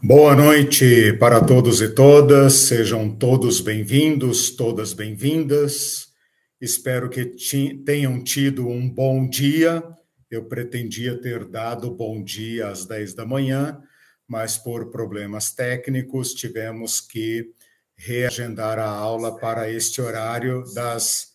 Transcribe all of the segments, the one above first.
Boa noite para todos e todas, sejam todos bem-vindos, todas bem-vindas. Espero que tenham tido um bom dia. Eu pretendia ter dado bom dia às 10 da manhã, mas por problemas técnicos tivemos que reagendar a aula para este horário das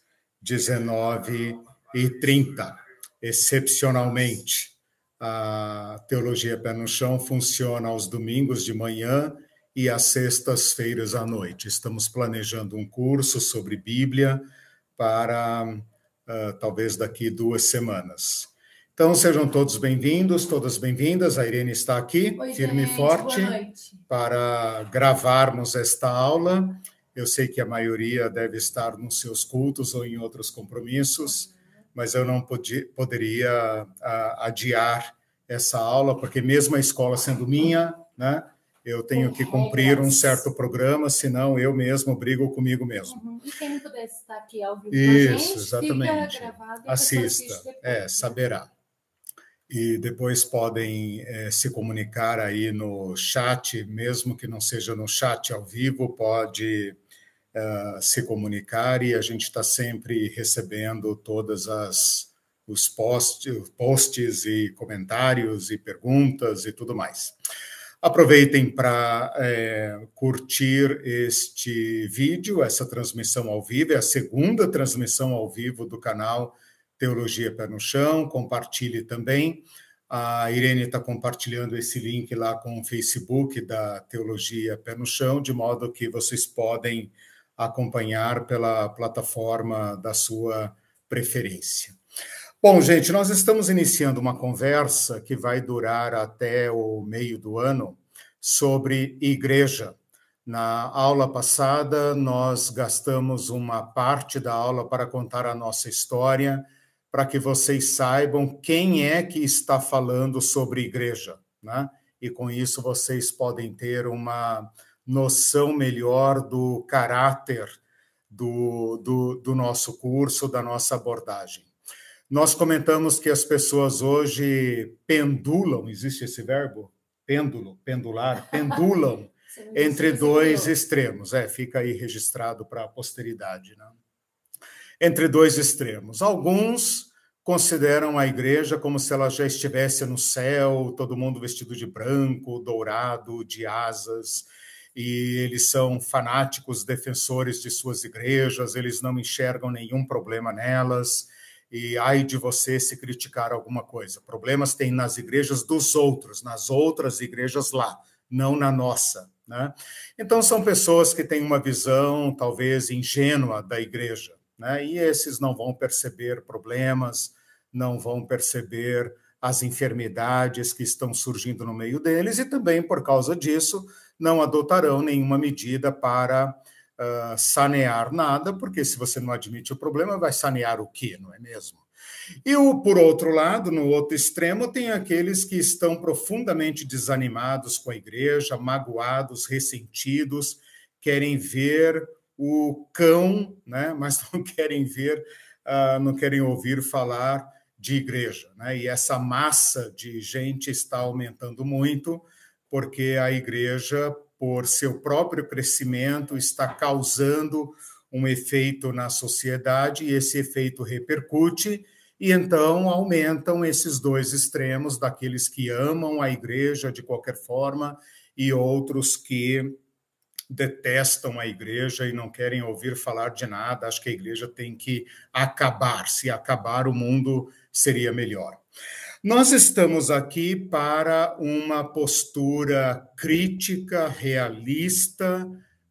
19h30, excepcionalmente. A Teologia Pé no Chão funciona aos domingos de manhã e às sextas-feiras à noite. Estamos planejando um curso sobre Bíblia para talvez daqui 2 semanas. Então, sejam todos bem-vindos, todas bem-vindas. A Irene está aqui, Oi, firme gente, e forte, boa noite. Para gravarmos esta aula. Eu sei que a maioria deve estar nos seus cultos ou em outros compromissos, mas eu não poderia adiar essa aula, porque mesmo a escola sendo minha, né, eu tenho que cumprir um certo programa, senão eu mesmo brigo comigo mesmo. E quem não pudesse estar aqui ao vivo com a gente, exatamente. Fica gravado e assista, depois, saberá. E depois podem se comunicar aí no chat, mesmo que não seja no chat ao vivo, pode se comunicar e a gente está sempre recebendo todas os posts e comentários e perguntas e tudo mais. Aproveitem para curtir este vídeo, essa transmissão ao vivo, é a segunda transmissão ao vivo do canal Teologia Pé no Chão, compartilhe também. A Irene está compartilhando esse link lá com o Facebook da Teologia Pé no Chão, de modo que vocês podem acompanhar pela plataforma da sua preferência. Bom, gente, nós estamos iniciando uma conversa que vai durar até o meio do ano sobre igreja. Na aula passada, nós gastamos uma parte da aula para contar a nossa história, para que vocês saibam quem é que está falando sobre igreja, né? E com isso vocês podem ter uma noção melhor do caráter do nosso curso, da nossa abordagem. Nós comentamos que as pessoas hoje pendulam, existe esse verbo? Pêndulo, pendular, pendulam entre dois extremos. Fica aí registrado para a posteridade, né? Entre dois extremos. Alguns consideram a igreja como se ela já estivesse no céu, todo mundo vestido de branco, dourado, de asas, e eles são fanáticos defensores de suas igrejas, eles não enxergam nenhum problema nelas, e ai de você se criticar alguma coisa. Problemas tem nas igrejas dos outros, nas outras igrejas lá, não na nossa, né? Então, são pessoas que têm uma visão, talvez, ingênua da igreja, né? E esses não vão perceber problemas, não vão perceber as enfermidades que estão surgindo no meio deles, e também, por causa disso, não adotarão nenhuma medida para sanear nada, porque se você não admite o problema, vai sanear o quê, não é mesmo? E por outro lado, no outro extremo, tem aqueles que estão profundamente desanimados com a igreja, magoados, ressentidos, querem ver o cão, né? Mas não querem ver, não querem ouvir falar de igreja, né? E essa massa de gente está aumentando muito, porque a igreja, por seu próprio crescimento, está causando um efeito na sociedade, e esse efeito repercute, e então aumentam esses dois extremos, daqueles que amam a igreja de qualquer forma e outros que detestam a igreja e não querem ouvir falar de nada, acham que a igreja tem que acabar, se acabar o mundo seria melhor. Nós estamos aqui para uma postura crítica, realista,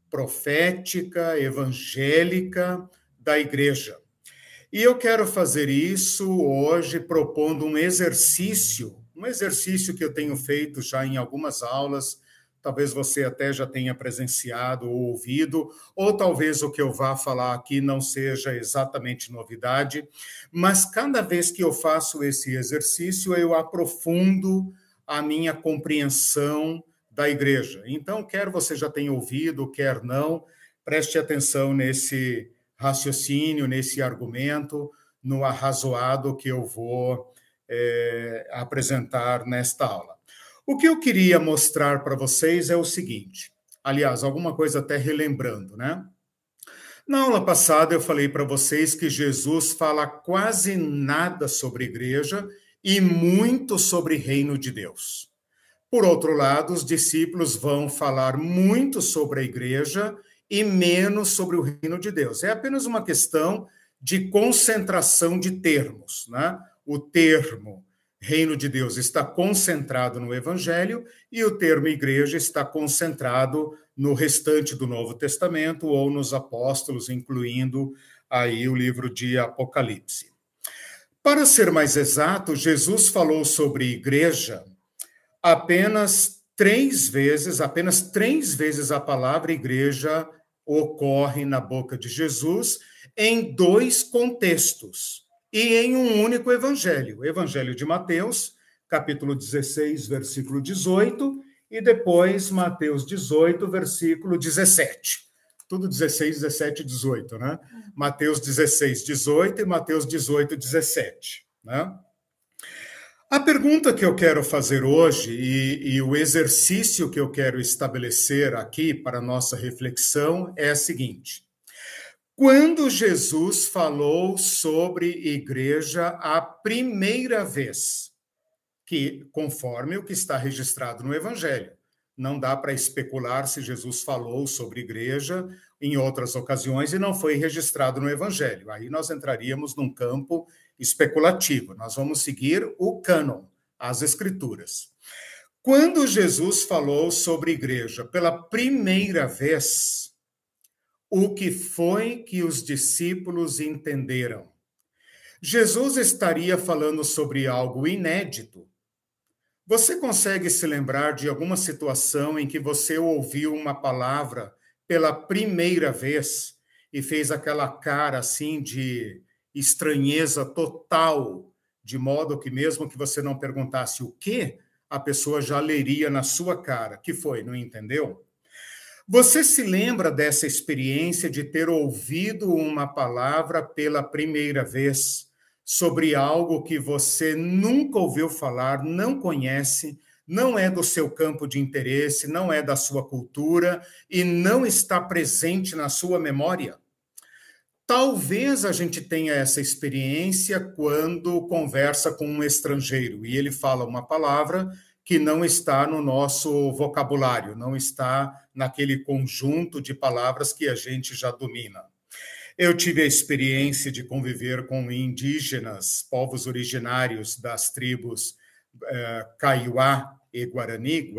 profética, evangélica da igreja. E eu quero fazer isso hoje propondo um exercício que eu tenho feito já em algumas aulas, talvez você até já tenha presenciado ou ouvido, ou talvez o que eu vá falar aqui não seja exatamente novidade, mas cada vez que eu faço esse exercício, eu aprofundo a minha compreensão da igreja. Então, quer você já tenha ouvido, quer não, preste atenção nesse raciocínio, nesse argumento, no arrazoado que eu vou apresentar nesta aula. O que eu queria mostrar para vocês é o seguinte, aliás, alguma coisa até relembrando, né? Na aula passada eu falei para vocês que Jesus fala quase nada sobre igreja e muito sobre reino de Deus. Por outro lado, os discípulos vão falar muito sobre a igreja e menos sobre o reino de Deus. É apenas uma questão de concentração de termos, né? O termo reino de Deus está concentrado no Evangelho e o termo igreja está concentrado no restante do Novo Testamento ou nos apóstolos, incluindo aí o livro de Apocalipse. Para ser mais exato, Jesus falou sobre igreja apenas três vezes a palavra igreja ocorre na boca de Jesus em dois contextos e em um único evangelho. O evangelho de Mateus, capítulo 16, versículo 18, e depois Mateus 18, versículo 17. Tudo 16, 17 e 18, né? Mateus 16, 18 e Mateus 18, 17, né? A pergunta que eu quero fazer hoje e o exercício que eu quero estabelecer aqui para a nossa reflexão é a seguinte. Quando Jesus falou sobre igreja a primeira vez, que conforme o que está registrado no Evangelho, não dá para especular se Jesus falou sobre igreja em outras ocasiões e não foi registrado no Evangelho. Aí nós entraríamos num campo especulativo. Nós vamos seguir o cânon, as Escrituras. Quando Jesus falou sobre igreja pela primeira vez, o que foi que os discípulos entenderam? Jesus estaria falando sobre algo inédito. Você consegue se lembrar de alguma situação em que você ouviu uma palavra pela primeira vez e fez aquela cara assim de estranheza total, de modo que mesmo que você não perguntasse o quê, a pessoa já leria na sua cara? Que foi? Não entendeu? Você se lembra dessa experiência de ter ouvido uma palavra pela primeira vez sobre algo que você nunca ouviu falar, não conhece, não é do seu campo de interesse, não é da sua cultura e não está presente na sua memória? Talvez a gente tenha essa experiência quando conversa com um estrangeiro e ele fala uma palavra que não está no nosso vocabulário, não está naquele conjunto de palavras que a gente já domina. Eu tive a experiência de conviver com indígenas, povos originários das tribos Kaiowá e Guarani,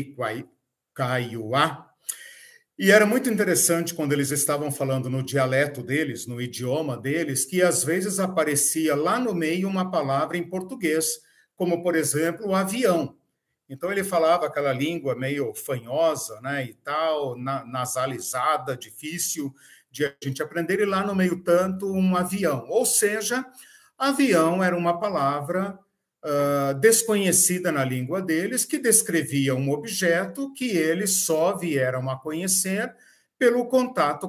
Kaiowá, e era muito interessante quando eles estavam falando no dialeto deles, no idioma deles, que às vezes aparecia lá no meio uma palavra em português, como, por exemplo, o avião. Então, ele falava aquela língua meio fanhosa, né, e tal, nasalizada, difícil de a gente aprender, e lá no meio tanto um avião. Ou seja, avião era uma palavra desconhecida na língua deles, que descrevia um objeto que eles só vieram a conhecer pelo contato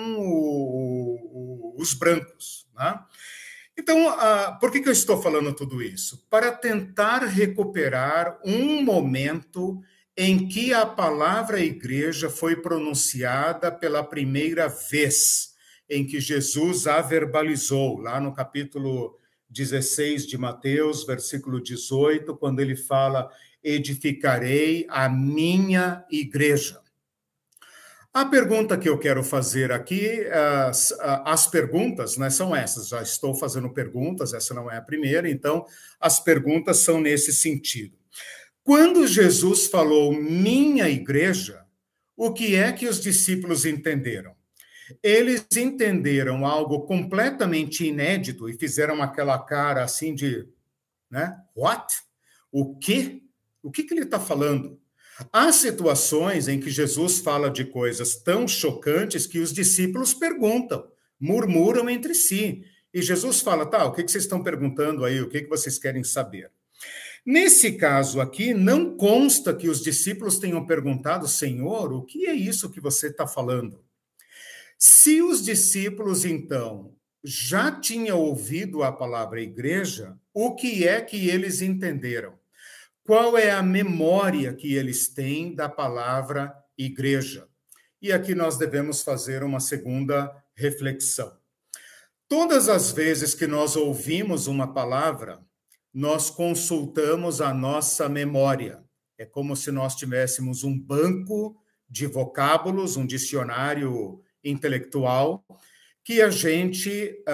com os brancos, né? Então, por que eu estou falando tudo isso? Para tentar recuperar um momento em que a palavra igreja foi pronunciada pela primeira vez, em que Jesus a verbalizou, lá no capítulo 16 de Mateus, versículo 18, quando ele fala: edificarei a minha igreja. A pergunta que eu quero fazer aqui, as perguntas, né, são essas. Já estou fazendo perguntas, essa não é a primeira, então as perguntas são nesse sentido. Quando Jesus falou minha igreja, o que é que os discípulos entenderam? Eles entenderam algo completamente inédito e fizeram aquela cara assim de, né? What? O quê? O que ele está falando? Há situações em que Jesus fala de coisas tão chocantes que os discípulos perguntam, murmuram entre si. E Jesus fala, tá, o que vocês estão perguntando aí? O que vocês querem saber? Nesse caso aqui, não consta que os discípulos tenham perguntado, Senhor, o que é isso que você está falando? Se os discípulos, então, já tinham ouvido a palavra igreja, o que é que eles entenderam? qual é a memória que eles têm da palavra igreja. E aqui nós devemos fazer uma segunda reflexão. Todas as vezes que nós ouvimos uma palavra, nós consultamos a nossa memória. É como se nós tivéssemos um banco de vocábulos, um dicionário intelectual, que a gente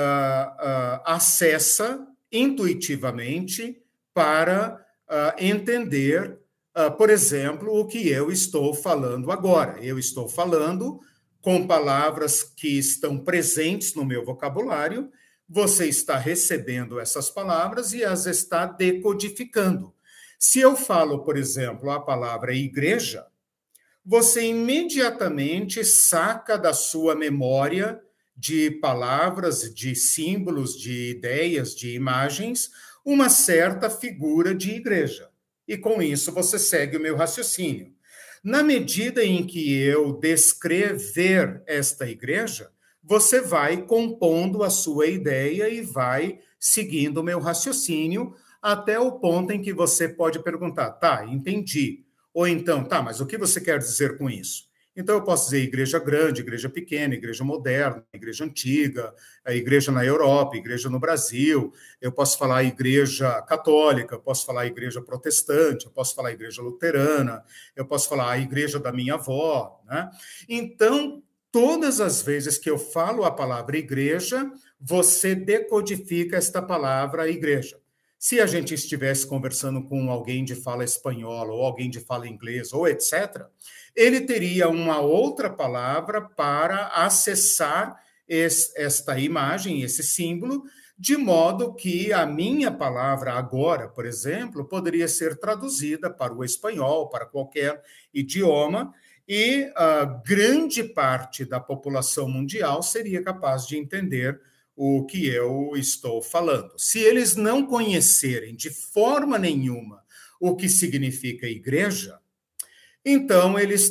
acessa intuitivamente para entender, por exemplo, o que eu estou falando agora. Eu estou falando com palavras que estão presentes no meu vocabulário, você está recebendo essas palavras e as está decodificando. Se eu falo, por exemplo, a palavra igreja, você imediatamente saca da sua memória de palavras, de símbolos, de ideias, de imagens, uma certa figura de igreja. E com isso você segue o meu raciocínio. Na medida em que eu descrever esta igreja, você vai compondo a sua ideia e vai seguindo o meu raciocínio até o ponto em que você pode perguntar, tá, entendi. Ou então, tá, mas o que você quer dizer com isso? Então, eu posso dizer igreja grande, igreja pequena, igreja moderna, igreja antiga, a igreja na Europa, igreja no Brasil. Eu posso falar igreja católica, eu posso falar igreja protestante, eu posso falar igreja luterana, eu posso falar a igreja da minha avó, né? Então, todas as vezes que eu falo a palavra igreja, você decodifica esta palavra igreja. Se a gente estivesse conversando com alguém de fala espanhola, ou alguém de fala inglês, ou etc., ele teria uma outra palavra para acessar esta imagem, esse símbolo, de modo que a minha palavra agora, por exemplo, poderia ser traduzida para o espanhol, para qualquer idioma, e a grande parte da população mundial seria capaz de entender o que eu estou falando. Se eles não conhecerem de forma nenhuma o que significa igreja, então eles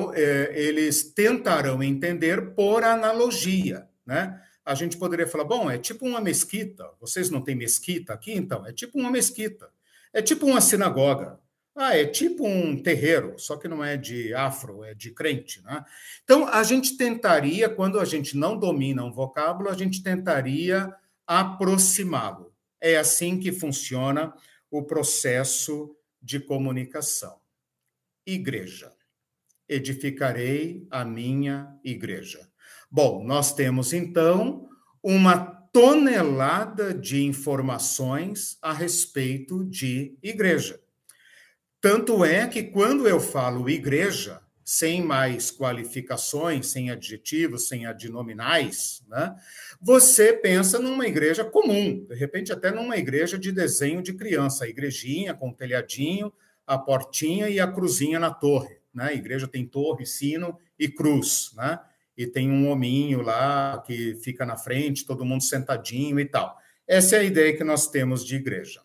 tentarão entender por analogia, né? A gente poderia falar, bom, é tipo uma mesquita. Vocês não têm mesquita aqui? Então, é tipo uma mesquita. É tipo uma sinagoga. Ah, é tipo um terreiro, só que não é de afro, é de crente, né? Então, a gente tentaria, quando a gente não domina um vocábulo, a gente tentaria aproximá-lo. É assim que funciona o processo de comunicação. Igreja. Edificarei a minha igreja. Bom, nós temos, então, uma tonelada de informações a respeito de igreja. Tanto é que quando eu falo igreja, sem mais qualificações, sem adjetivos, sem adnominais, né, você pensa numa igreja comum, de repente até numa igreja de desenho de criança, a igrejinha com o telhadinho, a portinha e a cruzinha na torre. Né? A igreja tem torre, sino e cruz, né? E tem um hominho lá que fica na frente, todo mundo sentadinho e tal. Essa é a ideia que nós temos de igreja.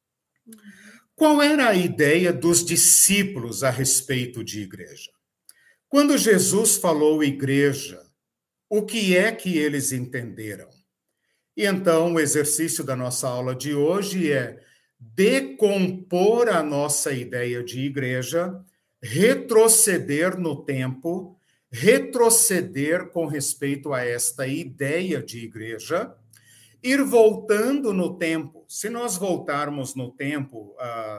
Qual era a ideia dos discípulos a respeito de igreja? Quando Jesus falou igreja, o que é que eles entenderam? E então, o exercício da nossa aula de hoje é decompor a nossa ideia de igreja, retroceder no tempo, retroceder com respeito a esta ideia de igreja, ir voltando no tempo. Se nós voltarmos no tempo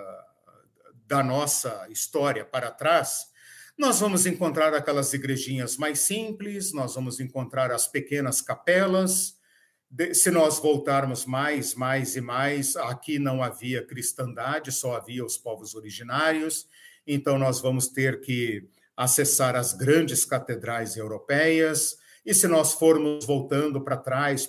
da nossa história para trás, nós vamos encontrar aquelas igrejinhas mais simples, nós vamos encontrar as pequenas capelas. Se nós voltarmos mais e mais, aqui não havia cristandade, só havia os povos originários, então nós vamos ter que acessar as grandes catedrais europeias. E se nós formos voltando para trás,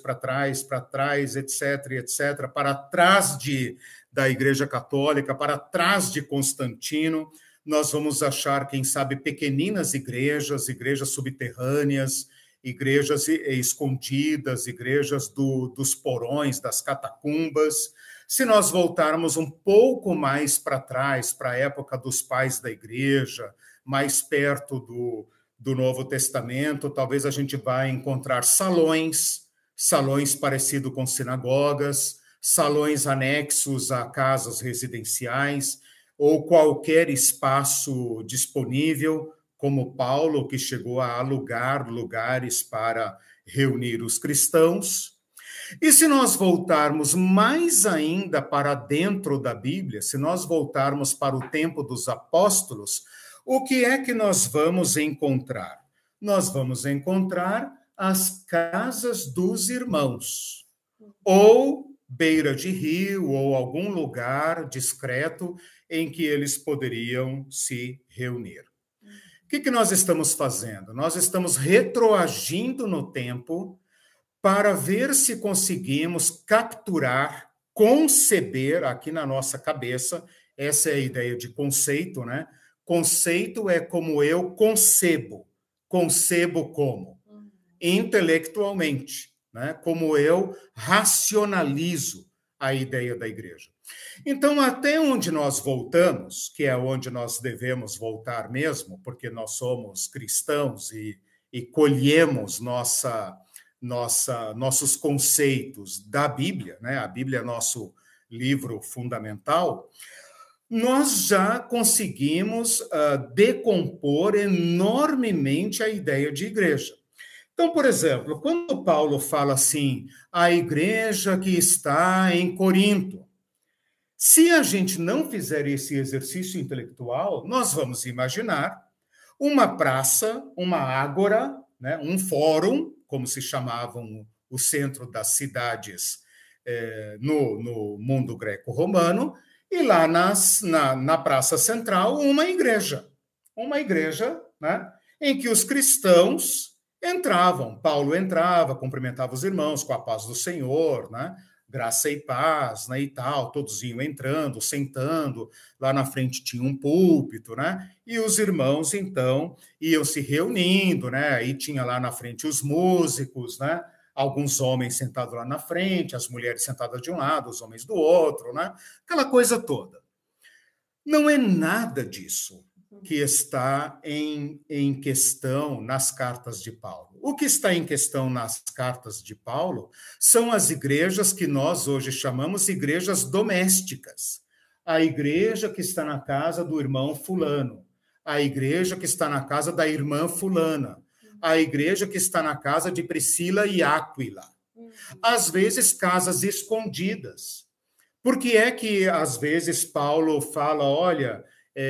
etc., para trás da Igreja Católica, para trás de Constantino, nós vamos achar, quem sabe, pequeninas igrejas subterrâneas, igrejas escondidas, igrejas dos porões, das catacumbas. Se nós voltarmos um pouco mais para trás, para a época dos pais da igreja, mais perto do Novo Testamento, talvez a gente vai encontrar salões parecidos com sinagogas, salões anexos a casas residenciais, ou qualquer espaço disponível, como Paulo, que chegou a alugar lugares para reunir os cristãos. E se nós voltarmos mais ainda para dentro da Bíblia, se nós voltarmos para o tempo dos apóstolos, o que é que nós vamos encontrar? Nós vamos encontrar as casas dos irmãos, ou beira de rio, ou algum lugar discreto em que eles poderiam se reunir. O que nós estamos fazendo? Nós estamos retroagindo no tempo para ver se conseguimos capturar, conceber aqui na nossa cabeça, essa é a ideia de conceito, né? Conceito é como eu concebo. Concebo como? Intelectualmente, né? Como eu racionalizo a ideia da igreja. Então, até onde nós voltamos, que é onde nós devemos voltar mesmo, porque nós somos cristãos e colhemos nossos conceitos da Bíblia, né? A Bíblia é nosso livro fundamental, nós já conseguimos decompor enormemente a ideia de igreja. Então, por exemplo, quando Paulo fala assim, a igreja que está em Corinto, se a gente não fizer esse exercício intelectual, nós vamos imaginar uma praça, uma ágora, né, um fórum, como se chamavam o centro das cidades no mundo greco-romano, e lá na Praça Central, uma igreja, né, em que os cristãos entravam. Paulo entrava, cumprimentava os irmãos com a paz do Senhor, né, graça e paz, né, e tal, todos iam entrando, sentando, lá na frente tinha um púlpito, né, e os irmãos, então, iam se reunindo, né, aí tinha lá na frente os músicos, né, alguns homens sentados lá na frente, as mulheres sentadas de um lado, os homens do outro, né, aquela coisa toda. Não é nada disso que está em questão nas cartas de Paulo. O que está em questão nas cartas de Paulo são as igrejas que nós hoje chamamos igrejas domésticas. A igreja que está na casa do irmão fulano, a igreja que está na casa da irmã fulana, a igreja que está na casa de Priscila e Áquila. Às vezes, casas escondidas. Por que é que, às vezes, Paulo fala, olha,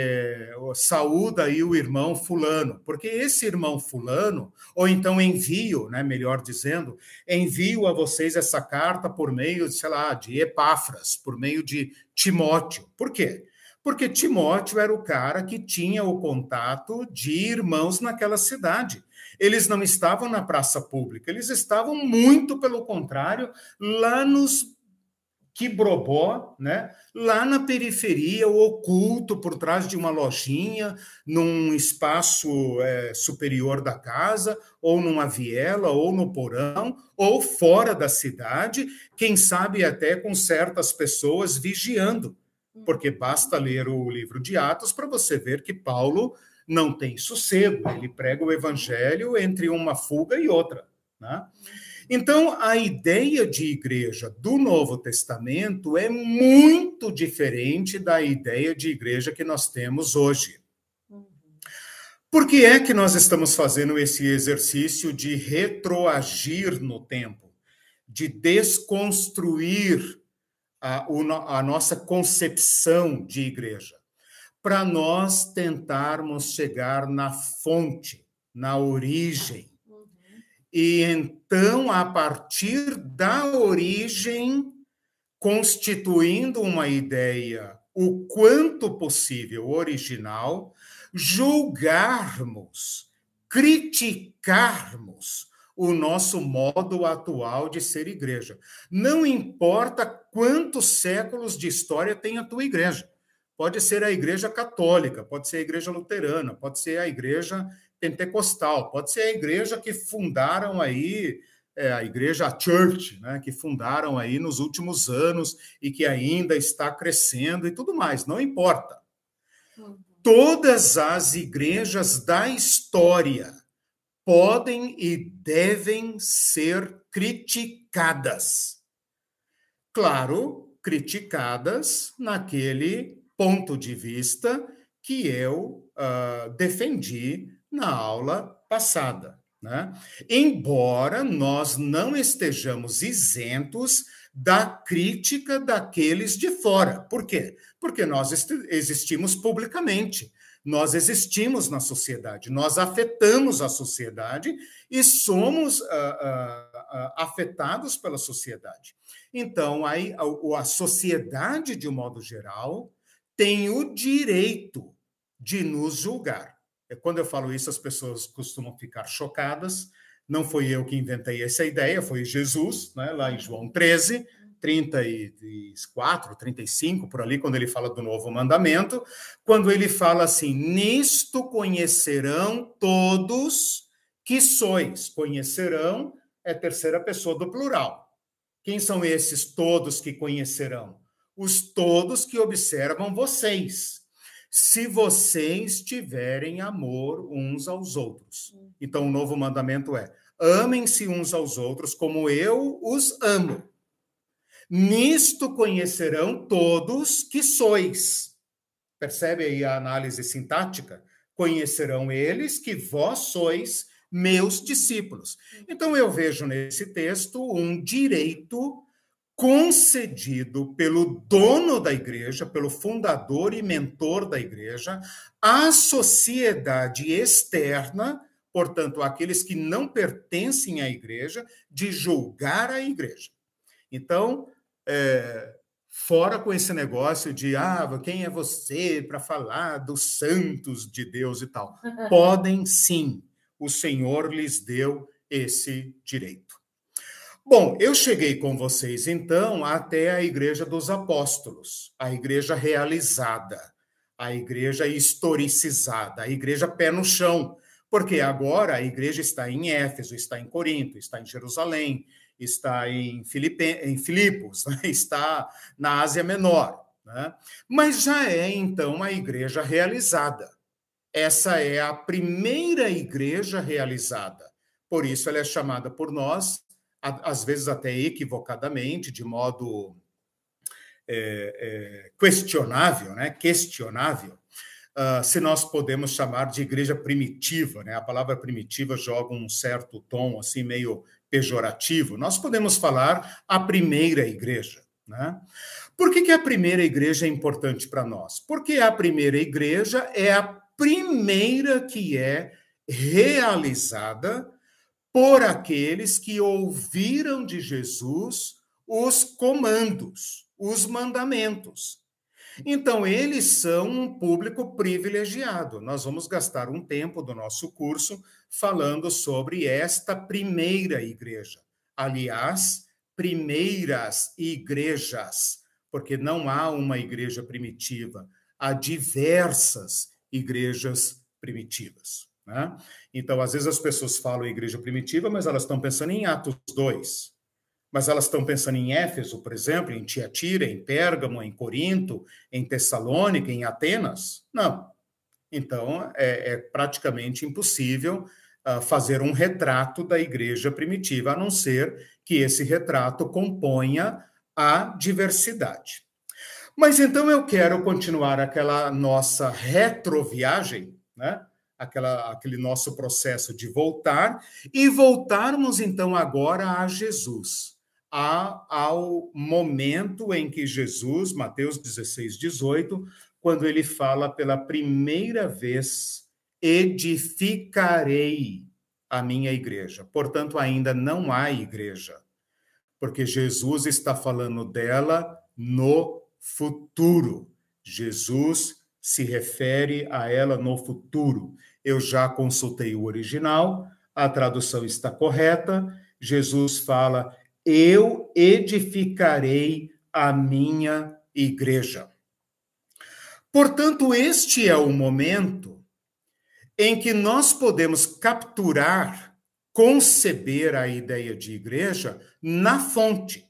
saúda aí o irmão fulano? Porque esse irmão fulano, ou então envio, né, melhor dizendo, envio a vocês essa carta por meio, sei lá, de Epáfras, por meio de Timóteo. Por quê? Porque Timóteo era o cara que tinha o contato de irmãos naquela cidade. Eles não estavam na praça pública, eles estavam, muito pelo contrário, lá nos Quibrobó, né? Lá na periferia, oculto, por trás de uma lojinha, num espaço superior da casa, ou numa viela, ou no porão, ou fora da cidade, quem sabe até com certas pessoas vigiando, porque basta ler o livro de Atos para você ver que Paulo não tem sossego, ele prega o evangelho entre uma fuga e outra, né? Então, a ideia de igreja do Novo Testamento é muito diferente da ideia de igreja que nós temos hoje. Por que é que nós estamos fazendo esse exercício de retroagir no tempo, de desconstruir a nossa concepção de igreja? Para nós tentarmos chegar na fonte, na origem. E então, a partir da origem, constituindo uma ideia o quanto possível original, julgarmos, criticarmos o nosso modo atual de ser igreja. Não importa quantos séculos de história tem a tua igreja. Pode ser a igreja católica, pode ser a igreja luterana, pode ser a igreja pentecostal, pode ser a igreja que fundaram aí, a igreja a church, né, que fundaram aí nos últimos anos e que ainda está crescendo e tudo mais, não importa. Todas as igrejas da história podem e devem ser criticadas. Claro, criticadas naquele ponto de vista que eu defendi na aula passada, né? Embora nós não estejamos isentos da crítica daqueles de fora. Por quê? Porque nós existimos publicamente, nós existimos na sociedade, nós afetamos a sociedade e somos afetados pela sociedade. Então, aí, a sociedade, de um modo geral, tem o direito de nos julgar. Quando eu falo isso, as pessoas costumam ficar chocadas. Não foi eu que inventei essa ideia, foi Jesus, né, lá em João 13, 34, 35, por ali, quando ele fala do novo mandamento, quando ele fala assim: nisto conhecerão todos que sois. Conhecerão é terceira pessoa do plural. Quem são esses todos que conhecerão? Os todos que observam vocês, se vocês tiverem amor uns aos outros. Então, o novo mandamento é: amem-se uns aos outros como eu os amo. Nisto conhecerão todos que sois. Percebe aí a análise sintática? Conhecerão eles que vós sois meus discípulos. Então, eu vejo nesse texto um direito concedido pelo dono da igreja, pelo fundador e mentor da igreja, à sociedade externa, portanto, àqueles que não pertencem à igreja, de julgar a igreja. Então, fora com esse negócio de quem é você para falar dos santos de Deus e tal. Podem sim, o Senhor lhes deu esse direito. Bom, eu cheguei com vocês, então, até a Igreja dos Apóstolos, a igreja realizada, a igreja historicizada, a igreja pé no chão, porque agora a igreja está em Éfeso, está em Corinto, está em Jerusalém, está em Filipos, né? Está na Ásia Menor, né? Mas já é, então, a igreja realizada. Essa é a primeira igreja realizada. Por isso ela é chamada por nós, às vezes até equivocadamente, de modo questionável, né? Questionável, se nós podemos chamar de igreja primitiva, né? A palavra primitiva joga um certo tom assim meio pejorativo. Nós podemos falar a primeira igreja, né? Por que a primeira igreja é importante para nós? Porque a primeira igreja é a primeira que é realizada por aqueles que ouviram de Jesus os comandos, os mandamentos. Então, eles são um público privilegiado. Nós vamos gastar um tempo do nosso curso falando sobre esta primeira igreja. Aliás, primeiras igrejas, porque não há uma igreja primitiva, há diversas igrejas primitivas, né? Então, às vezes as pessoas falam igreja primitiva, mas elas estão pensando em Atos 2. Mas elas estão pensando em Éfeso, por exemplo, em Tiatira, em Pérgamo, em Corinto, em Tessalônica, em Atenas? Não. Então, é praticamente impossível fazer um retrato da igreja primitiva, a não ser que esse retrato componha a diversidade. Mas então eu quero continuar aquela nossa retroviagem, né? Aquele nosso processo de voltar, e voltarmos então agora a Jesus, ao momento em que Jesus, Mateus 16, 18, quando ele fala pela primeira vez: edificarei a minha igreja. Portanto, ainda não há igreja, porque Jesus está falando dela no futuro. Jesus se refere a ela no futuro. Eu já consultei o original, a tradução está correta. Jesus fala: eu edificarei a minha igreja. Portanto, este é o momento em que nós podemos capturar, conceber a ideia de igreja na fonte,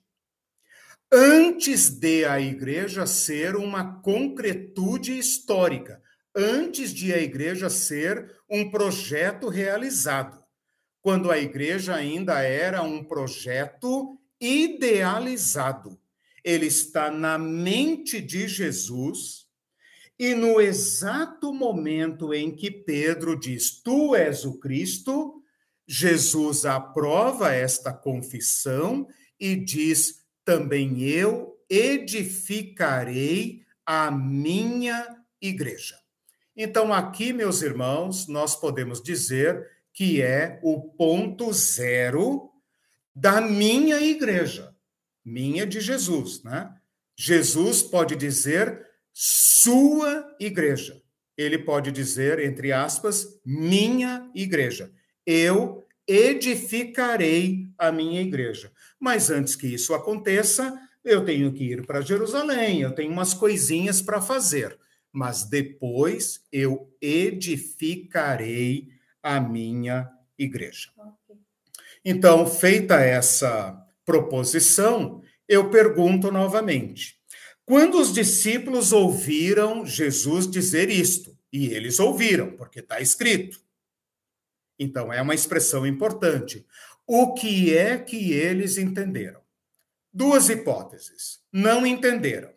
antes de a igreja ser uma concretude histórica, antes de a igreja ser um projeto realizado, quando a igreja ainda era um projeto idealizado. Ele está na mente de Jesus, E no exato momento em que Pedro diz, tu és o Cristo, Jesus aprova esta confissão e diz, também eu edificarei a minha igreja. Então, aqui, meus irmãos, nós podemos dizer que é o ponto zero da minha igreja, minha de Jesus, né? Jesus pode dizer sua igreja. Ele pode dizer, entre aspas, minha igreja. Eu edificarei a minha igreja. Mas antes que isso aconteça, eu tenho que ir para Jerusalém, eu tenho umas coisinhas para fazer. Mas depois eu edificarei a minha igreja. Então, feita essa proposição, eu pergunto novamente: quando os discípulos ouviram Jesus dizer isto, e eles ouviram, porque está escrito, então é uma expressão importante, o que é que eles entenderam? Duas hipóteses: não entenderam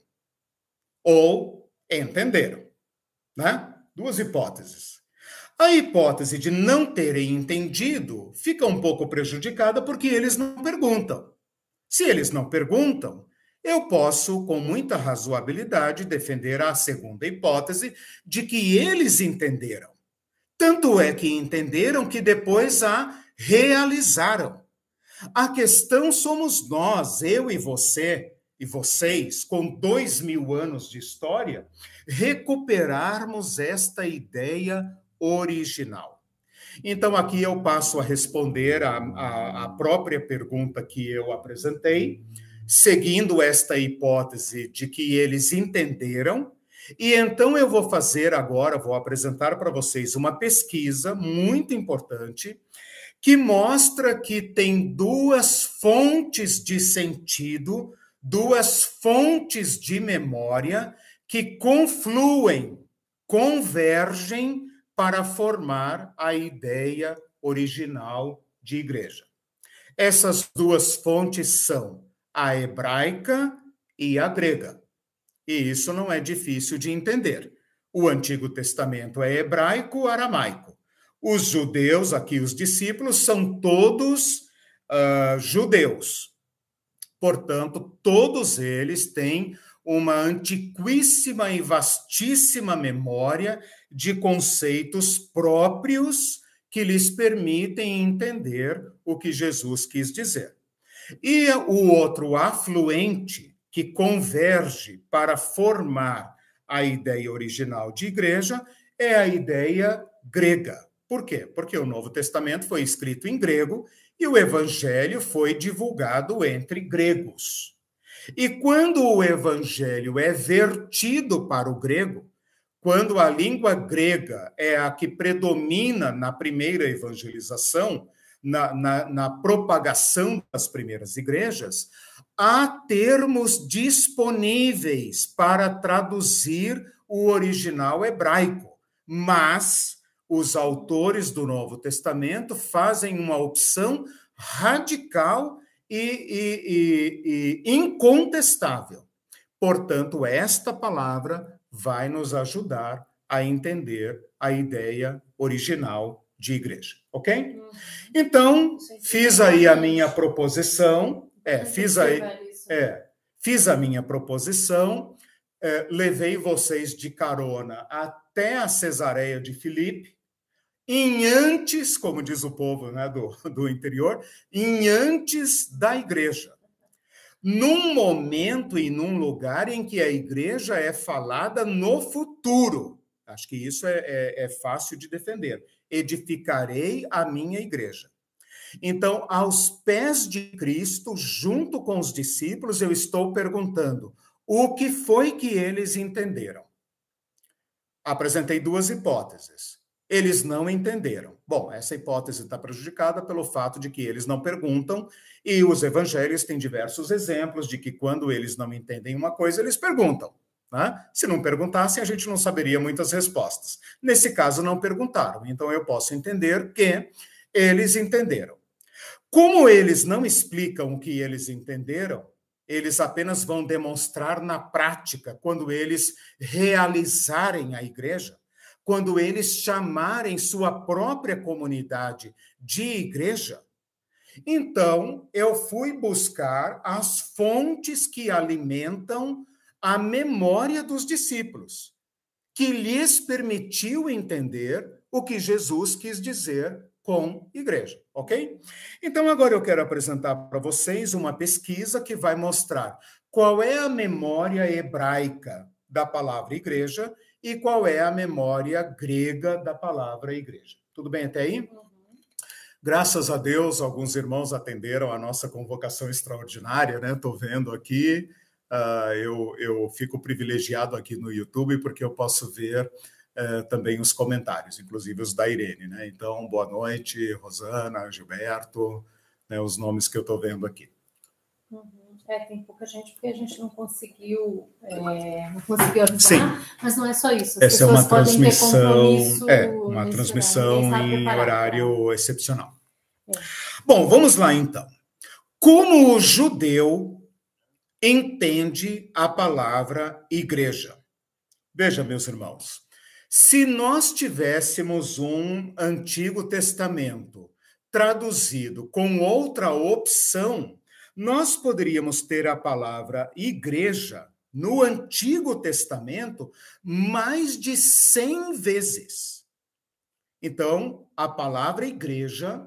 ou entenderam, né? Duas hipóteses. A hipótese de não terem entendido fica um pouco prejudicada porque eles não perguntam. Se eles não perguntam, eu posso, com muita razoabilidade, defender a segunda hipótese de que eles entenderam. Tanto é que entenderam que depois a realizaram. A questão somos nós, eu e você, e vocês, com 2000 anos de história, recuperarmos esta ideia original. Então, aqui eu passo a responder a própria pergunta que eu apresentei, seguindo esta hipótese de que eles entenderam, e então eu vou fazer agora, vou apresentar para vocês uma pesquisa muito importante, que mostra que tem duas fontes de sentido, duas fontes de memória que confluem, convergem para formar a ideia original de igreja. Essas duas fontes são a hebraica e a grega. E isso não é difícil de entender. O Antigo Testamento é hebraico-aramaico. Os judeus, aqui os discípulos, são todos judeus. Portanto, todos eles têm uma antiquíssima e vastíssima memória de conceitos próprios que lhes permitem entender o que Jesus quis dizer. E o outro afluente que converge para formar a ideia original de igreja é a ideia grega. Por quê? Porque o Novo Testamento foi escrito em grego e o Evangelho foi divulgado entre gregos. E quando o Evangelho é vertido para o grego, quando a língua grega é a que predomina na primeira evangelização, na propagação das primeiras igrejas, há termos disponíveis para traduzir o original hebraico, mas os autores do Novo Testamento fazem uma opção radical e incontestável. Portanto, esta palavra vai nos ajudar a entender a ideia original de igreja, ok? Então, fiz aí a minha proposição, fiz a minha proposição, levei vocês de carona até a Cesareia de Filipe, em antes, como diz o povo, né, do interior, em antes da igreja. Num momento e num lugar em que a igreja é falada no futuro. Acho que isso é fácil de defender. Edificarei a minha igreja. Então, aos pés de Cristo, junto com os discípulos, eu estou perguntando o que foi que eles entenderam. Apresentei duas hipóteses. Eles não entenderam. Bom, essa hipótese está prejudicada pelo fato de que eles não perguntam, e os evangelhos têm diversos exemplos de que quando eles não entendem uma coisa, eles perguntam. Né? Se não perguntassem, a gente não saberia muitas respostas. Nesse caso, não perguntaram. Então, eu posso entender que eles entenderam. Como eles não explicam o que eles entenderam, eles apenas vão demonstrar na prática quando eles realizarem a igreja, quando eles chamarem sua própria comunidade de igreja. Então, eu fui buscar as fontes que alimentam a memória dos discípulos, que lhes permitiu entender o que Jesus quis dizer com igreja, ok? Então, agora eu quero apresentar para vocês uma pesquisa que vai mostrar qual é a memória hebraica da palavra igreja e qual é a memória grega da palavra igreja. Tudo bem até aí? Graças a Deus, alguns irmãos atenderam a nossa convocação extraordinária, né? Estou vendo aqui, eu fico privilegiado aqui no YouTube porque eu posso ver também os comentários, inclusive os da Irene, né? Então, boa noite, Rosana, Gilberto, né, os nomes que eu estou vendo aqui. Tem pouca gente porque a gente não conseguiu avisar, sim, mas não é só isso. As essa é uma transmissão, uma transmissão em horário excepcional. Bom, vamos lá então. Como o judeu entende a palavra igreja? Veja, meus irmãos, se nós tivéssemos um Antigo Testamento traduzido com outra opção, nós poderíamos ter a palavra igreja no Antigo Testamento mais de 100 vezes. Então, a palavra igreja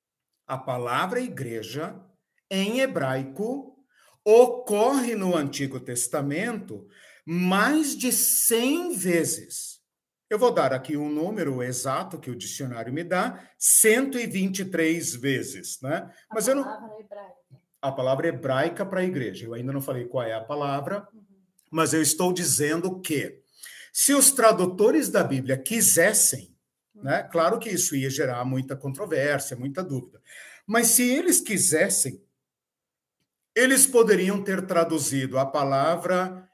em hebraico ocorre no Antigo Testamento mais de 100 vezes. Eu vou dar aqui um número exato que o dicionário me dá, 123 vezes, né? Mas eu não... A palavra hebraica para a igreja. Eu ainda não falei qual é a palavra, mas eu estou dizendo que se os tradutores da Bíblia quisessem, né, claro que isso ia gerar muita controvérsia, muita dúvida, mas se eles quisessem, eles poderiam ter traduzido a palavra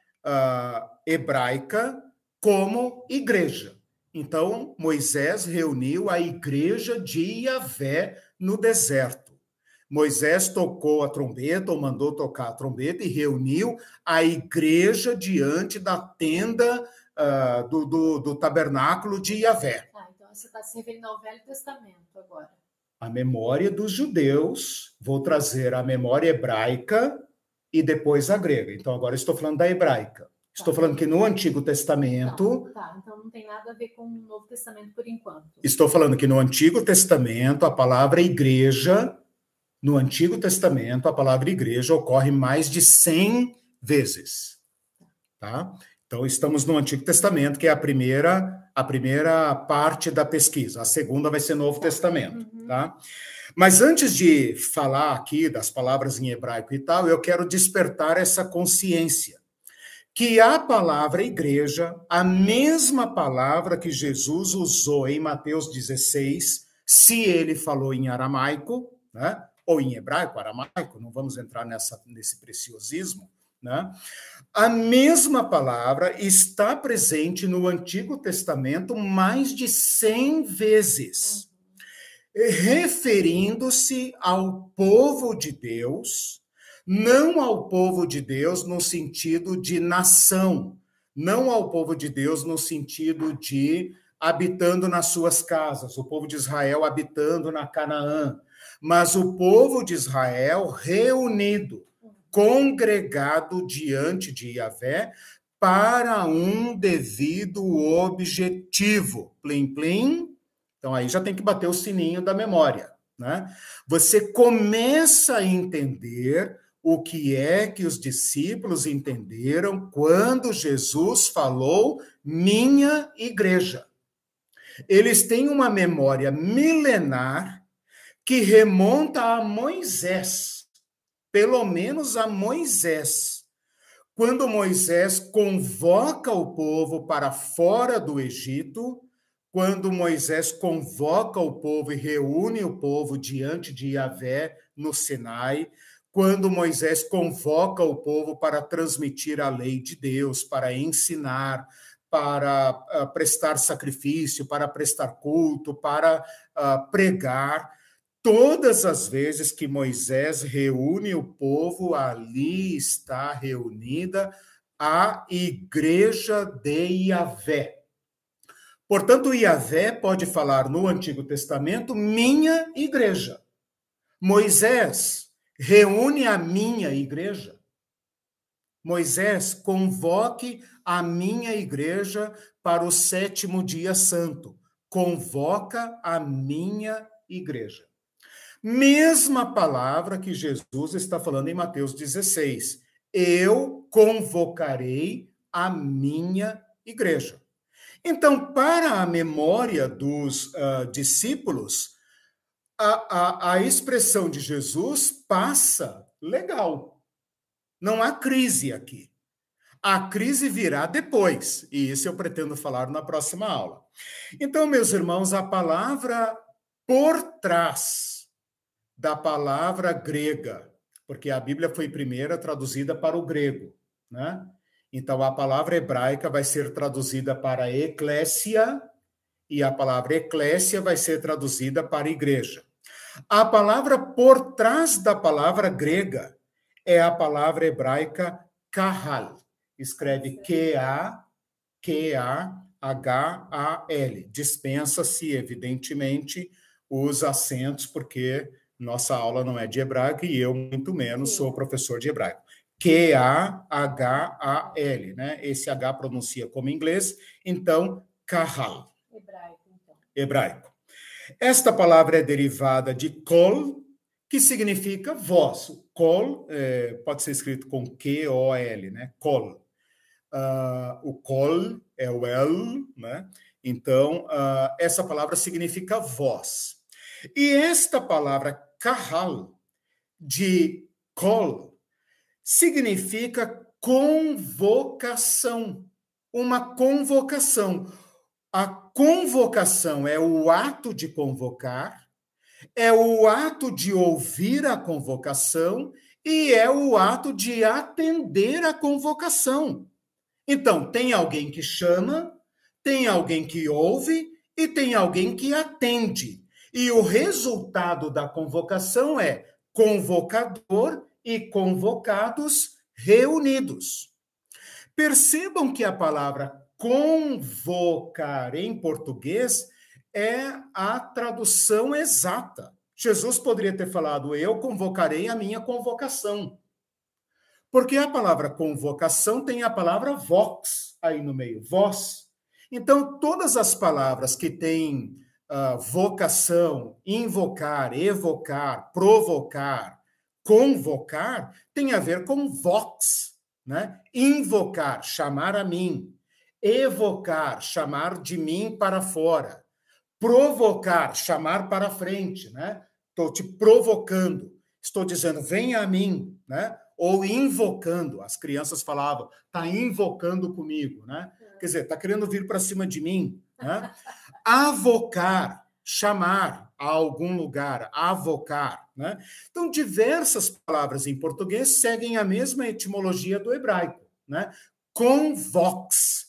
hebraica como igreja. Então, Moisés reuniu a igreja de Yahvé no deserto. Moisés tocou a trombeta, ou mandou tocar a trombeta, e reuniu a igreja diante da tenda do tabernáculo de Yahvé. Então você está se referindo ao Velho Testamento agora. A memória dos judeus, vou trazer a memória hebraica e depois a grega. Então, agora estou falando da hebraica. Estou falando que no Antigo Testamento... Então não tem nada a ver com o Novo Testamento por enquanto. Estou falando que no Antigo Testamento, a palavra igreja... No Antigo Testamento, a palavra igreja ocorre mais de 100 vezes. Tá? Então, estamos no Antigo Testamento, que é a primeira parte da pesquisa. A segunda vai ser Novo Testamento. Tá? Mas antes de falar aqui das palavras em hebraico e tal, eu quero despertar essa consciência. Que a palavra igreja, a mesma palavra que Jesus usou em Mateus 16, se ele falou em aramaico, né? Ou em hebraico, aramaico, não vamos entrar nesse preciosismo, né? A mesma palavra está presente no Antigo Testamento mais de 100 vezes, referindo-se ao povo de Deus, não ao povo de Deus no sentido de nação, não ao povo de Deus no sentido de habitando nas suas casas, o povo de Israel habitando na Canaã, mas o povo de Israel reunido, congregado diante de Yahvé para um devido objetivo. Plim, plim. Então, aí já tem que bater o sininho da memória, né? Você começa a entender o que é que os discípulos entenderam quando Jesus falou minha igreja. Eles têm uma memória milenar que remonta a Moisés, pelo menos a Moisés. Quando Moisés convoca o povo para fora do Egito, quando Moisés convoca o povo e reúne o povo diante de Yahvé no Sinai, quando Moisés convoca o povo para transmitir a lei de Deus, para ensinar, para prestar sacrifício, para prestar culto, para pregar, todas as vezes que Moisés reúne o povo, ali está reunida a igreja de Yahvé. Portanto, Yahvé pode falar no Antigo Testamento, minha igreja. Moisés reúne a minha igreja. Moisés, convoque a minha igreja para o 7º dia santo. Convoca a minha igreja. Mesma palavra que Jesus está falando em Mateus 16. Eu convocarei a minha igreja. Então, para a memória dos discípulos, a expressão de Jesus passa legal. Não há crise aqui. A crise virá depois, e isso eu pretendo falar na próxima aula. Então, meus irmãos, a palavra por trás da palavra grega, porque a Bíblia foi primeiro traduzida para o grego, né? Então, a palavra hebraica vai ser traduzida para eclésia, e a palavra eclésia vai ser traduzida para igreja. A palavra por trás da palavra grega é a palavra hebraica kahal. Escreve Q-A-H-A-L. Dispensa-se, evidentemente, os acentos, porque nossa aula não é de hebraico e eu, muito menos, sou professor de hebraico. Q-A-H-A-L, né? Esse H pronuncia como inglês, então, kahal. Hebraico. Esta palavra é derivada de kol, que significa voz. Kol pode ser escrito com Q-O-L, né? Kol. O kol é o el, né? Então, essa palavra significa voz. E esta palavra kahal, de kol, significa convocação. Uma convocação. A convocação é o ato de convocar, é o ato de ouvir a convocação e é o ato de atender a convocação. Então, tem alguém que chama, tem alguém que ouve e tem alguém que atende. E o resultado da convocação é convocador e convocados reunidos. Percebam que a palavra convocar em português é a tradução exata. Jesus poderia ter falado, eu convocarei a minha convocação. Porque a palavra convocação tem a palavra vox aí no meio, voz. Então, todas as palavras que têm vocação, invocar, evocar, provocar, convocar, tem a ver com vox, né? Invocar, chamar a mim. Evocar, chamar de mim para fora. Provocar, chamar para frente, né? Estou te provocando. Estou dizendo, venha a mim, né? Ou invocando. As crianças falavam, está invocando comigo, né? Quer dizer, está querendo vir para cima de mim, né? Avocar, chamar a algum lugar, avocar, né? Então, diversas palavras em português seguem a mesma etimologia do hebraico, né? Convox,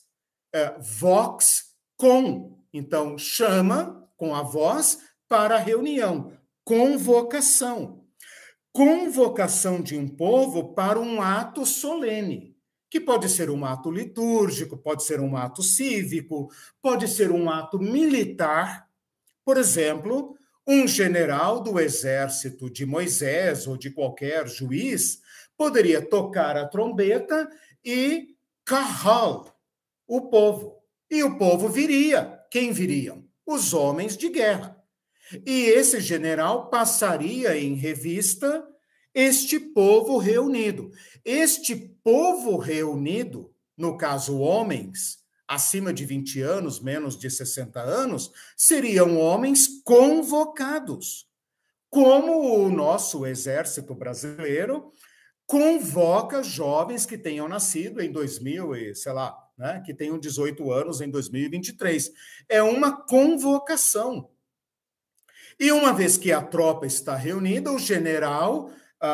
vox, com. Então, chama com a voz para a reunião. Convocação. Convocação de um povo para um ato solene, que pode ser um ato litúrgico, pode ser um ato cívico, pode ser um ato militar. Por exemplo, um general do exército de Moisés ou de qualquer juiz poderia tocar a trombeta e kahal o povo. E o povo viria. Quem viriam? Os homens de guerra. E esse general passaria em revista este povo reunido. Este povo reunido, no caso homens acima de 20 anos, menos de 60 anos, seriam homens convocados. Como o nosso exército brasileiro convoca jovens que tenham nascido em 2000 e, sei lá, né, que tenham 18 anos em 2023. É uma convocação. E uma vez que a tropa está reunida, o general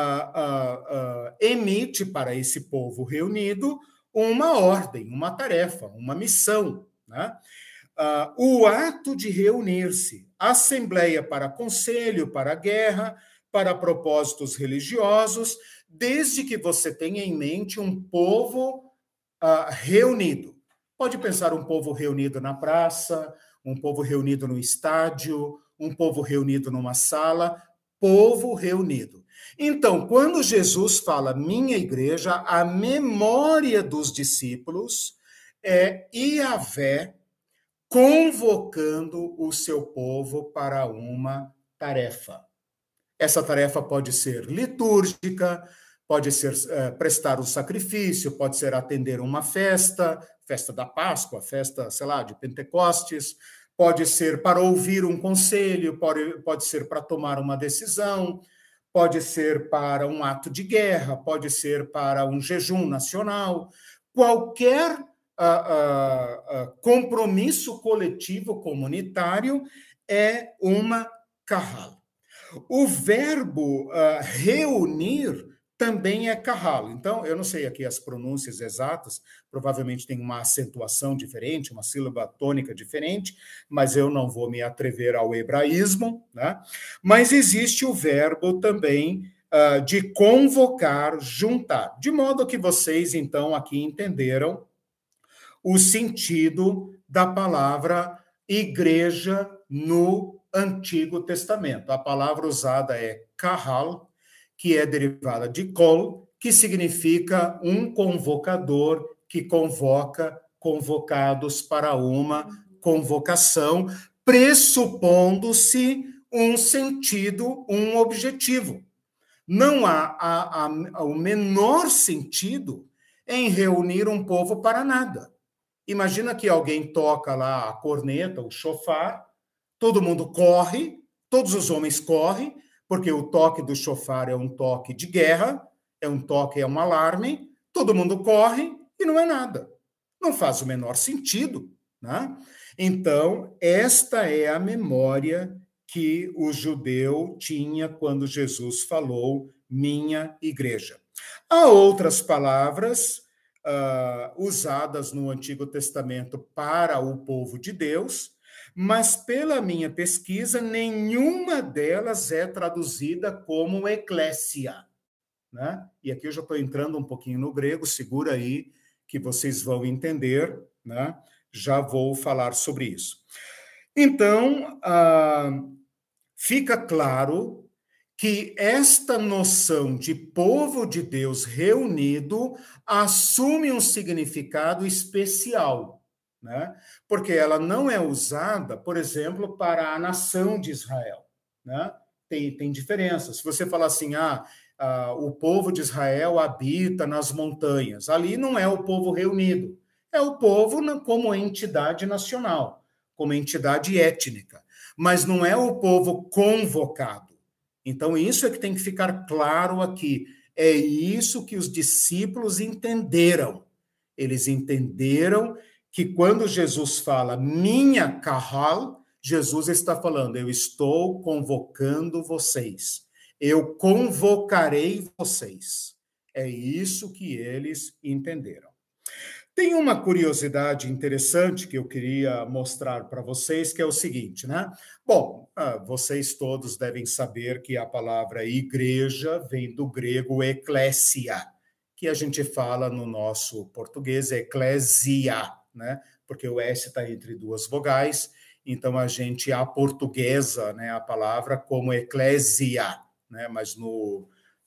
emite para esse povo reunido uma ordem, uma tarefa, uma missão, né? o ato de reunir-se, assembleia para conselho, para guerra, para propósitos religiosos, desde que você tenha em mente um povo reunido. Pode pensar um povo reunido na praça, um povo reunido no estádio, um povo reunido numa sala, povo reunido. Então, quando Jesus fala minha igreja, a memória dos discípulos é Yahvé convocando o seu povo para uma tarefa. Essa tarefa pode ser litúrgica, pode ser prestar um sacrifício, pode ser atender uma festa, festa da Páscoa, festa, sei lá, de Pentecostes, pode ser para ouvir um conselho, pode ser para tomar uma decisão, pode ser para um ato de guerra, pode ser para um jejum nacional. Qualquer compromisso coletivo comunitário é uma kahal. O verbo reunir também é kahal. Então, eu não sei aqui as pronúncias exatas, provavelmente tem uma acentuação diferente, uma sílaba tônica diferente, mas eu não vou me atrever ao hebraísmo, né? Mas existe o verbo também de convocar, juntar, de modo que vocês, então, aqui entenderam o sentido da palavra igreja no Antigo Testamento. A palavra usada é kahal, que é derivada de kol, que significa um convocador que convoca convocados para uma convocação, pressupondo-se um sentido, um objetivo. Não há o menor sentido em reunir um povo para nada. Imagina que alguém toca lá a corneta, o chofar, todo mundo corre, todos os homens correm, porque o toque do chofar é um toque de guerra, é um alarme, todo mundo corre e não é nada. Não faz o menor sentido, né? Então, esta é a memória que o judeu tinha quando Jesus falou minha igreja. Há outras palavras usadas no Antigo Testamento para o povo de Deus, mas pela minha pesquisa, nenhuma delas é traduzida como eclésia, né? E aqui eu já estou entrando um pouquinho no grego, segura aí que vocês vão entender, né? Já vou falar sobre isso. Então, fica claro que esta noção de povo de Deus reunido assume um significado especial, né? Porque ela não é usada, por exemplo, para a nação de Israel, né? Tem diferença. Se você falar assim, o povo de Israel habita nas montanhas, ali não é o povo reunido, é o povo como entidade nacional, como entidade étnica, mas não é o povo convocado. Então, isso é que tem que ficar claro aqui. É isso que os discípulos entenderam. Eles entenderam que quando Jesus fala minha kahal, Jesus está falando, eu estou convocando vocês. Eu convocarei vocês. É isso que eles entenderam. Tem uma curiosidade interessante que eu queria mostrar para vocês, que é o seguinte, né? Bom, vocês todos devem saber que a palavra igreja vem do grego eklésia, que a gente fala no nosso português eclésia, né? Porque o S está entre duas vogais, então a gente aportuguesa, né, a palavra como eclésia, né? Mas no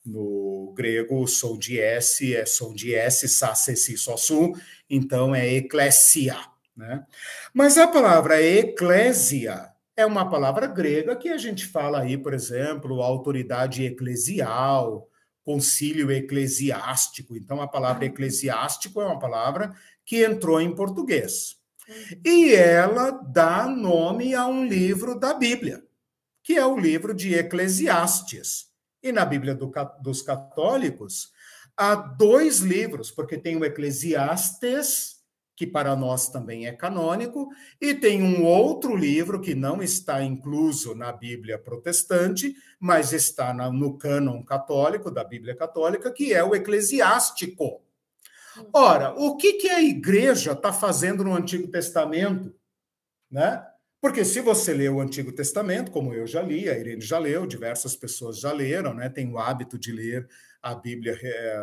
grego, o som de S é som de S, Sá, Cê, Si, Sol, Su, então é eclésia, né? Mas a palavra eclésia é uma palavra grega que a gente fala aí, por exemplo, autoridade eclesial, concílio eclesiástico. Então, a palavra eclesiástico é uma palavra que entrou em português. E ela dá nome a um livro da Bíblia, que é o livro de Eclesiastes. E na Bíblia dos católicos, há 2 livros, porque tem o Eclesiastes, que para nós também é canônico, e tem um outro livro que não está incluso na Bíblia protestante, mas está no cânon católico, da Bíblia católica, que é o Eclesiástico. Ora, o que a igreja está fazendo no Antigo Testamento né? Porque se você lê o Antigo Testamento, como eu já li, a Irene já leu, diversas pessoas já leram, né? Tem o hábito de ler a Bíblia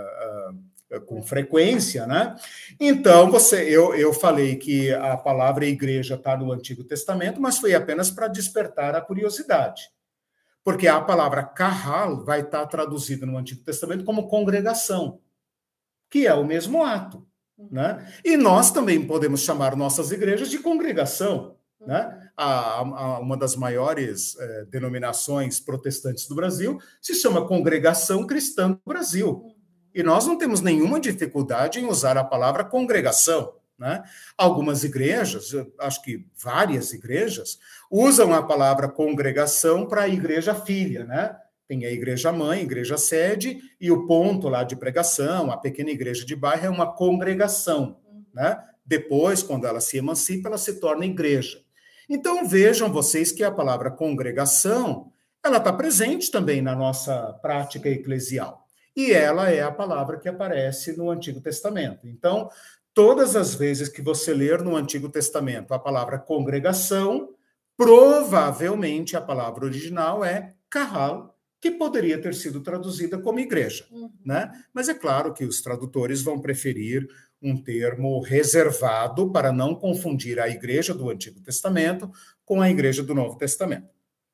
com frequência, né? Então, eu falei que a palavra igreja está no Antigo Testamento, mas foi apenas para despertar a curiosidade. Porque a palavra kahal vai estar traduzida no Antigo Testamento como congregação, que é o mesmo ato, né? E nós também podemos chamar nossas igrejas de congregação, né? Uma das maiores denominações protestantes do Brasil se chama Congregação Cristã do Brasil. E nós não temos nenhuma dificuldade em usar a palavra congregação, né? Algumas igrejas, acho que várias igrejas, usam a palavra congregação para a igreja filha, né? Tem a igreja mãe, igreja sede, e o ponto lá de pregação, a pequena igreja de bairro, é uma congregação, né? Depois, quando ela se emancipa, ela se torna igreja. Então, vejam vocês que a palavra congregação, ela está presente também na nossa prática eclesial. E ela é a palavra que aparece no Antigo Testamento. Então, todas as vezes que você ler no Antigo Testamento a palavra congregação, provavelmente a palavra original é kahal, que poderia ter sido traduzida como igreja, né? Mas é claro que os tradutores vão preferir um termo reservado para não confundir a igreja do Antigo Testamento com a igreja do Novo Testamento.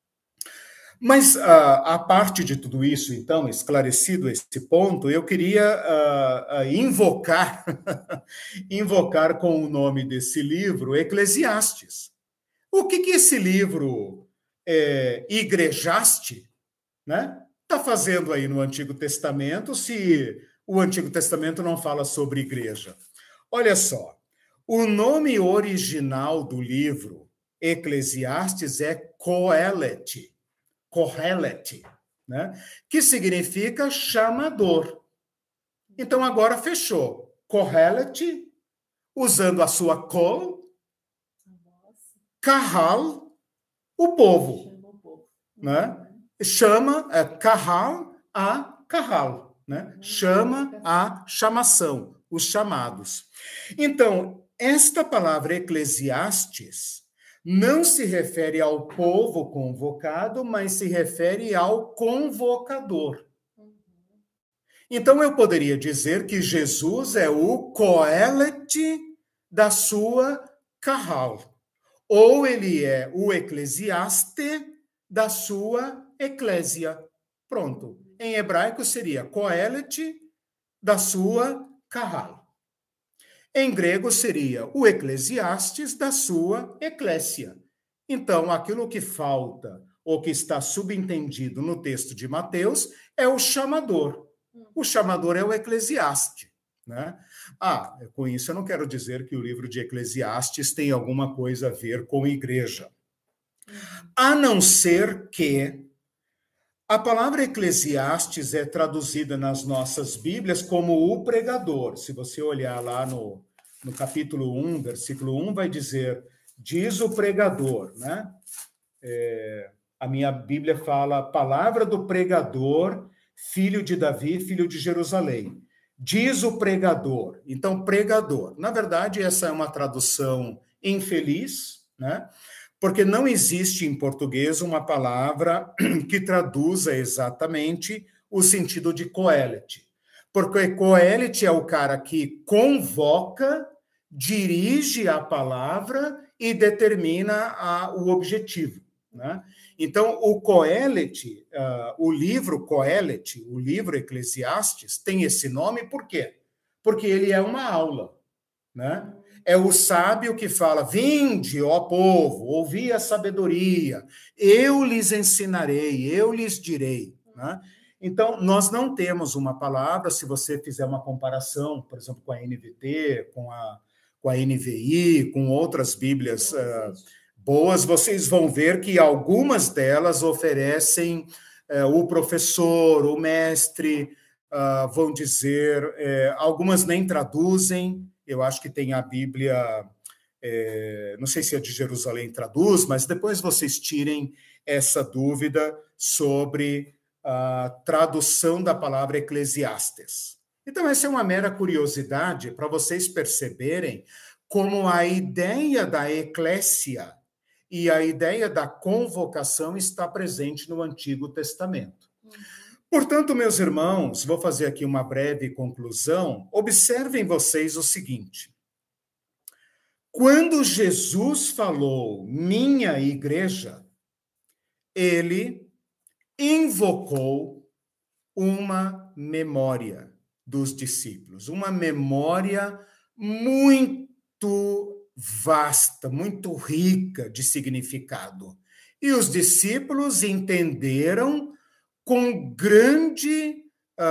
Mas, a parte de tudo isso, então, esclarecido esse ponto, eu queria invocar com o nome desse livro, Eclesiastes. O que esse livro, Igrejaste, né, está fazendo aí no Antigo Testamento, se o Antigo Testamento não fala sobre igreja? Olha só, o nome original do livro, Eclesiastes, é Qoheleth, né? Que significa chamador. Então, agora fechou. Qoheleth, usando a sua kol, kahal, o povo, né? Chama kahal a kahal, né? Chama a chamação, os chamados. Então, esta palavra Eclesiastes não se refere ao povo convocado, mas se refere ao convocador. Então, eu poderia dizer que Jesus é o Qoheleth da sua kahal, ou ele é o eclesiaste da sua eclésia. Pronto. Em hebraico seria Qoheleth da sua kahal. Em grego seria o Eclesiastes da sua eclésia. Então, aquilo que falta ou que está subentendido no texto de Mateus é o chamador. O chamador é o Eclesiaste, né? Com isso eu não quero dizer que o livro de Eclesiastes tem alguma coisa a ver com igreja. A não ser que a palavra Eclesiastes é traduzida nas nossas Bíblias como o pregador. Se você olhar lá no capítulo 1, versículo 1, vai dizer, diz o pregador, né? A minha Bíblia fala, palavra do pregador, filho de Davi, filho de Jerusalém. Diz o pregador. Então, pregador. Na verdade, essa é uma tradução infeliz, né? Porque não existe em português uma palavra que traduza exatamente o sentido de Qoheleth. Porque Qoheleth é o cara que convoca, dirige a palavra e determina o objetivo, né? Então, o Qoheleth, o livro Qoheleth, o livro Eclesiastes, tem esse nome por quê? Porque ele é uma aula, né? É o sábio que fala, vinde, ó povo, ouvi a sabedoria, eu lhes ensinarei, eu lhes direi, né? Então, nós não temos uma palavra, se você fizer uma comparação, por exemplo, com a NVT, com a NVI, com outras Bíblias boas, vocês vão ver que algumas delas oferecem o professor, o mestre, vão dizer, algumas nem traduzem. Eu acho que tem a Bíblia, não sei se a de Jerusalém traduz, mas depois vocês tirem essa dúvida sobre a tradução da palavra Eclesiastes. Então, essa é uma mera curiosidade para vocês perceberem como a ideia da eclésia e a ideia da convocação está presente no Antigo Testamento. Portanto, meus irmãos, vou fazer aqui uma breve conclusão. Observem vocês o seguinte: quando Jesus falou minha igreja, ele invocou uma memória dos discípulos, uma memória muito vasta, muito rica de significado. E os discípulos entenderam com grande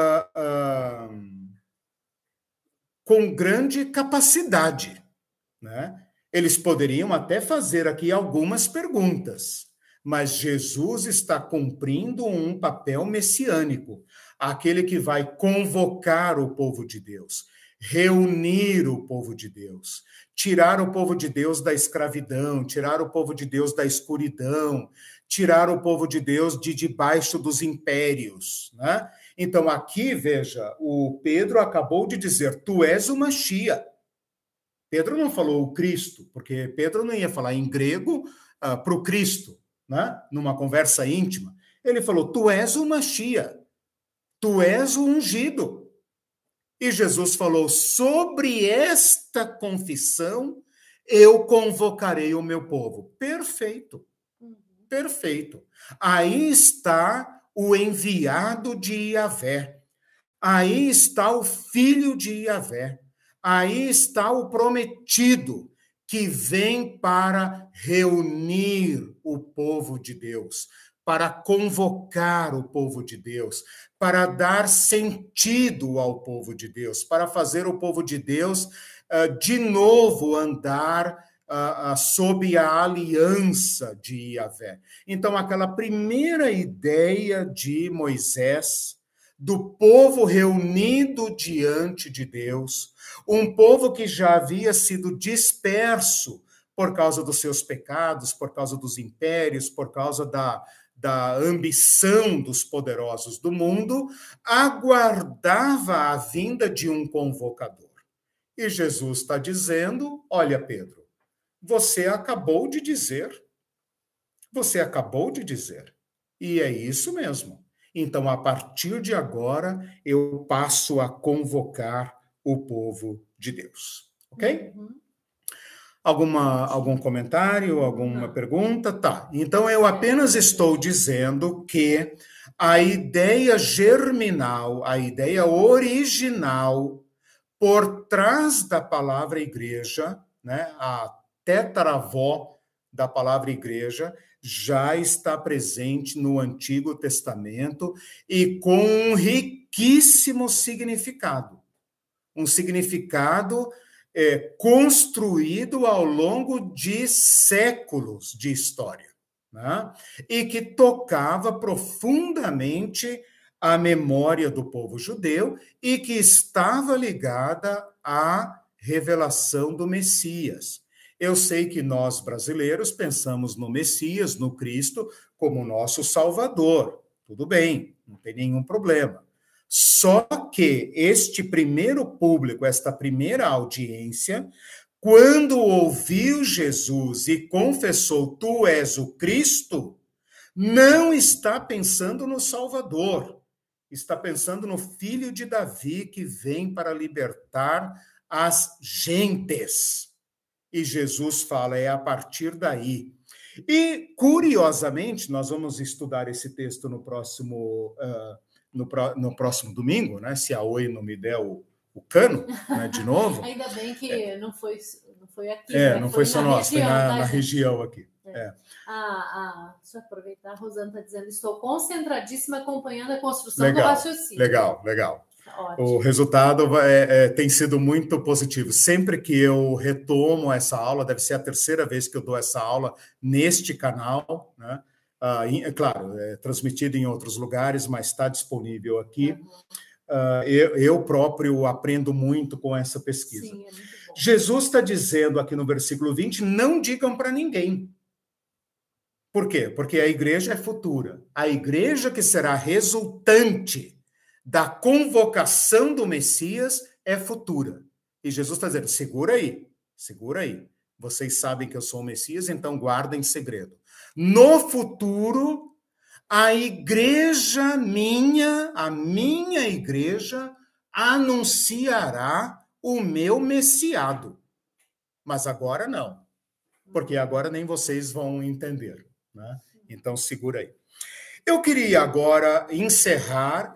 capacidade, né? Eles poderiam até fazer aqui algumas perguntas, mas Jesus está cumprindo um papel messiânico, aquele que vai convocar o povo de Deus, reunir o povo de Deus, tirar o povo de Deus da escravidão, tirar o povo de Deus da escuridão, tirar o povo de Deus de debaixo dos impérios, né? Então, aqui, veja, o Pedro acabou de dizer, tu és o Machia. Pedro não falou o Cristo, porque Pedro não ia falar em grego para o Cristo, né? Numa conversa íntima. Ele falou, tu és o Machia, tu és o ungido. E Jesus falou, sobre esta confissão, eu convocarei o meu povo. Perfeito, perfeito. Aí está o enviado de Yahvé. Aí está o filho de Yahvé. Aí está o prometido que vem para reunir o povo de Deus, para convocar o povo de Deus, para dar sentido ao povo de Deus, para fazer o povo de Deus de novo andar sob a aliança de Yahvé. Então, aquela primeira ideia de Moisés, do povo reunido diante de Deus, um povo que já havia sido disperso por causa dos seus pecados, por causa dos impérios, por causa da ambição dos poderosos do mundo, aguardava a vinda de um convocador. E Jesus está dizendo, olha, Pedro, você acabou de dizer, e é isso mesmo. Então, a partir de agora, eu passo a convocar o povo de Deus. Ok? Algum comentário, alguma pergunta? Tá. Então, eu apenas estou dizendo que a ideia germinal, a ideia original, por trás da palavra igreja, né, a tetravó da palavra igreja, já está presente no Antigo Testamento e com um riquíssimo significado. Um significado construído ao longo de séculos de história, né? E que tocava profundamente a memória do povo judeu e que estava ligada à revelação do Messias. Eu sei que nós, brasileiros, pensamos no Messias, no Cristo, como nosso Salvador. Tudo bem, não tem nenhum problema. Só que este primeiro público, esta primeira audiência, quando ouviu Jesus e confessou, tu és o Cristo, não está pensando no Salvador, está pensando no filho de Davi que vem para libertar as gentes. E Jesus fala, é a partir daí. E, curiosamente, nós vamos estudar esse texto no próximo domingo, né? Se a Oi não me der o cano, né, de novo. Ainda bem que não foi aqui. Não foi só nós, foi na região aqui. Deixa eu aproveitar, a Rosana está dizendo, estou concentradíssima acompanhando a construção do raciocínio. Legal. Ótimo. O resultado tem sido muito positivo. Sempre que eu retomo essa aula, deve ser a terceira vez que eu dou essa aula neste canal, né? Claro, é transmitido em outros lugares, mas está disponível aqui. Eu próprio aprendo muito com essa pesquisa. Sim, é muito bom. Jesus está dizendo aqui no versículo 20, não digam para ninguém. Por quê? Porque a igreja é futura. A igreja que será resultante da convocação do Messias é futura. E Jesus está dizendo, segura aí. Vocês sabem que eu sou o Messias, então guardem segredo. No futuro, a igreja minha, a minha igreja, anunciará o meu messiado. Mas agora não, porque agora nem vocês vão entender, né? Então, segura aí. Eu queria agora encerrar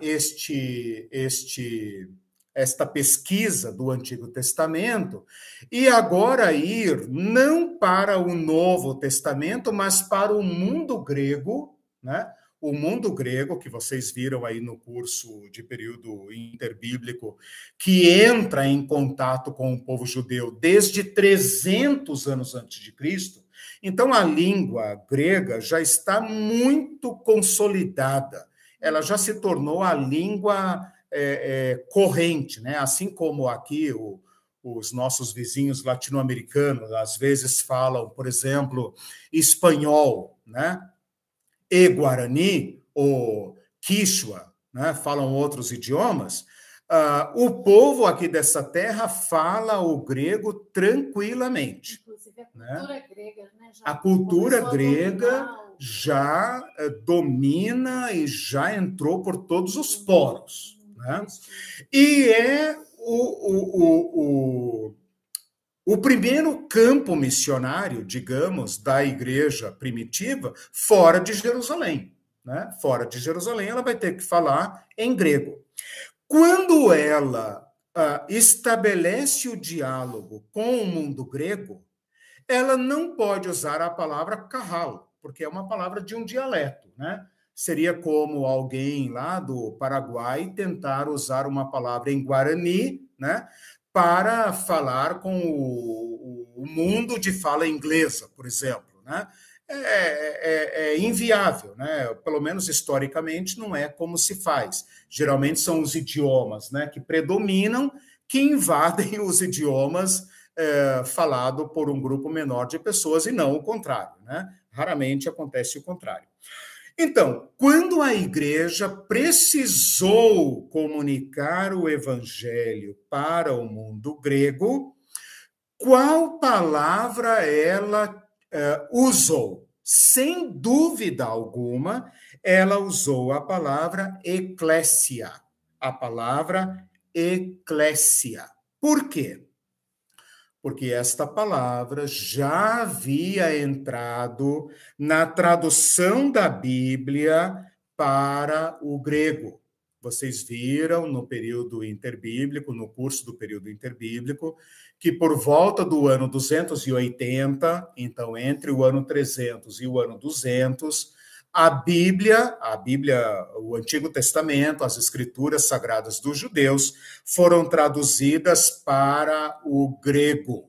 esta pesquisa do Antigo Testamento e agora ir não para o Novo Testamento, mas para o mundo grego, né? O mundo grego, que vocês viram aí no curso de período interbíblico, que entra em contato com o povo judeu desde 300 anos antes de Cristo. Então, a língua grega já está muito consolidada. Ela já se tornou a língua corrente, né? Assim como aqui os nossos vizinhos latino-americanos às vezes falam, por exemplo, espanhol, né? E Guarani, ou Quichua, né? Falam outros idiomas. O povo aqui dessa terra fala o grego tranquilamente. Inclusive a cultura, né? Grega, né? A cultura grega já domina e já entrou por todos os poros, né? E é o primeiro campo missionário, digamos, da igreja primitiva fora de Jerusalém, né? Fora de Jerusalém, ela vai ter que falar em grego. Quando ela estabelece o diálogo com o mundo grego, ela não pode usar a palavra kahal, porque é uma palavra de um dialeto, né? Seria como alguém lá do Paraguai tentar usar uma palavra em Guarani, né? Para falar com o mundo de fala inglesa, por exemplo, né? É inviável, né? Pelo menos historicamente não é como se faz. Geralmente são os idiomas, né, que predominam, que invadem os idiomas falado por um grupo menor de pessoas e não o contrário, né? Raramente acontece o contrário. Então, quando a igreja precisou comunicar o evangelho para o mundo grego, qual palavra ela usou? Sem dúvida alguma, ela usou a palavra eclésia. A palavra eclésia. Por quê? Porque esta palavra já havia entrado na tradução da Bíblia para o grego. Vocês viram no período interbíblico, no curso do período interbíblico, que por volta do ano 280, então entre o ano 300 e o ano 200, a Bíblia, o Antigo Testamento, as Escrituras Sagradas dos judeus, foram traduzidas para o grego.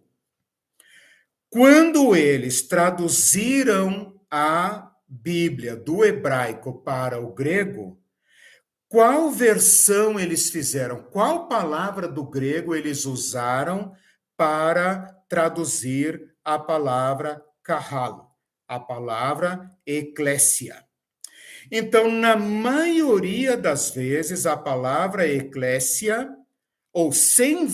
Quando eles traduziram a Bíblia do hebraico para o grego, qual versão eles fizeram? Qual palavra do grego eles usaram para traduzir a palavra kahal? A palavra eclésia. Então, na maioria das vezes, a palavra eclésia, ou 100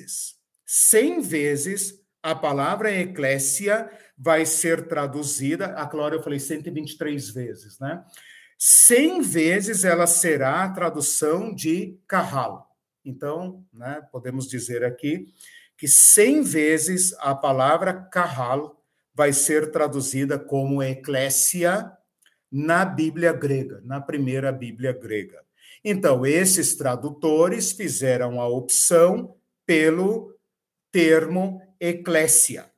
vezes, a palavra eclésia vai ser traduzida, a Cláudia eu falei 123 vezes, né? 100 vezes ela será a tradução de kahal. Então, né, podemos dizer aqui que 100 vezes a palavra kahal vai ser traduzida como eclésia na Bíblia grega, na primeira Bíblia grega. Então, esses tradutores fizeram a opção pelo termo eclésia.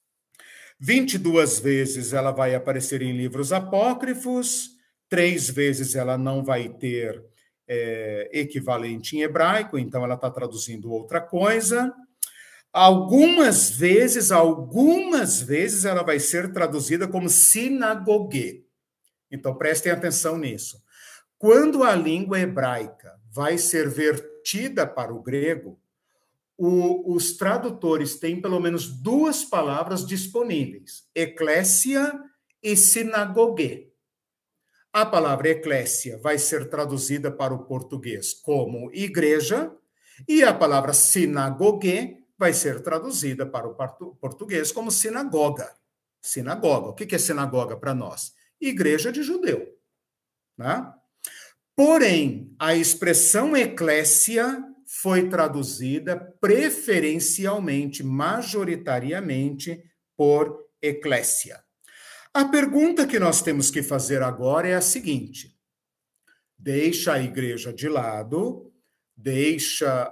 22 vezes ela vai aparecer em livros apócrifos, 3 vezes ela não vai ter equivalente em hebraico, então ela está traduzindo outra coisa. Algumas vezes ela vai ser traduzida como sinagogue. Então, prestem atenção nisso. Quando a língua hebraica vai ser vertida para o grego, os tradutores têm pelo menos 2 palavras disponíveis, eclésia e sinagogue. A palavra eclésia vai ser traduzida para o português como igreja, e a palavra sinagogue vai ser traduzida para o português como sinagoga. Sinagoga. O que é sinagoga para nós? Igreja de judeu. Né? Porém, a expressão eclésia foi traduzida preferencialmente, majoritariamente, por eclésia. A pergunta que nós temos que fazer agora é a seguinte: deixa a igreja de lado, deixa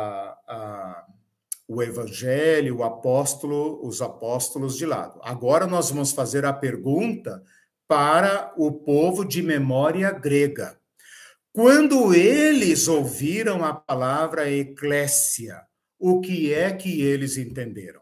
o evangelho, os apóstolos de lado. Agora nós vamos fazer a pergunta para o povo de memória grega. Quando eles ouviram a palavra eclésia, o que é que eles entenderam?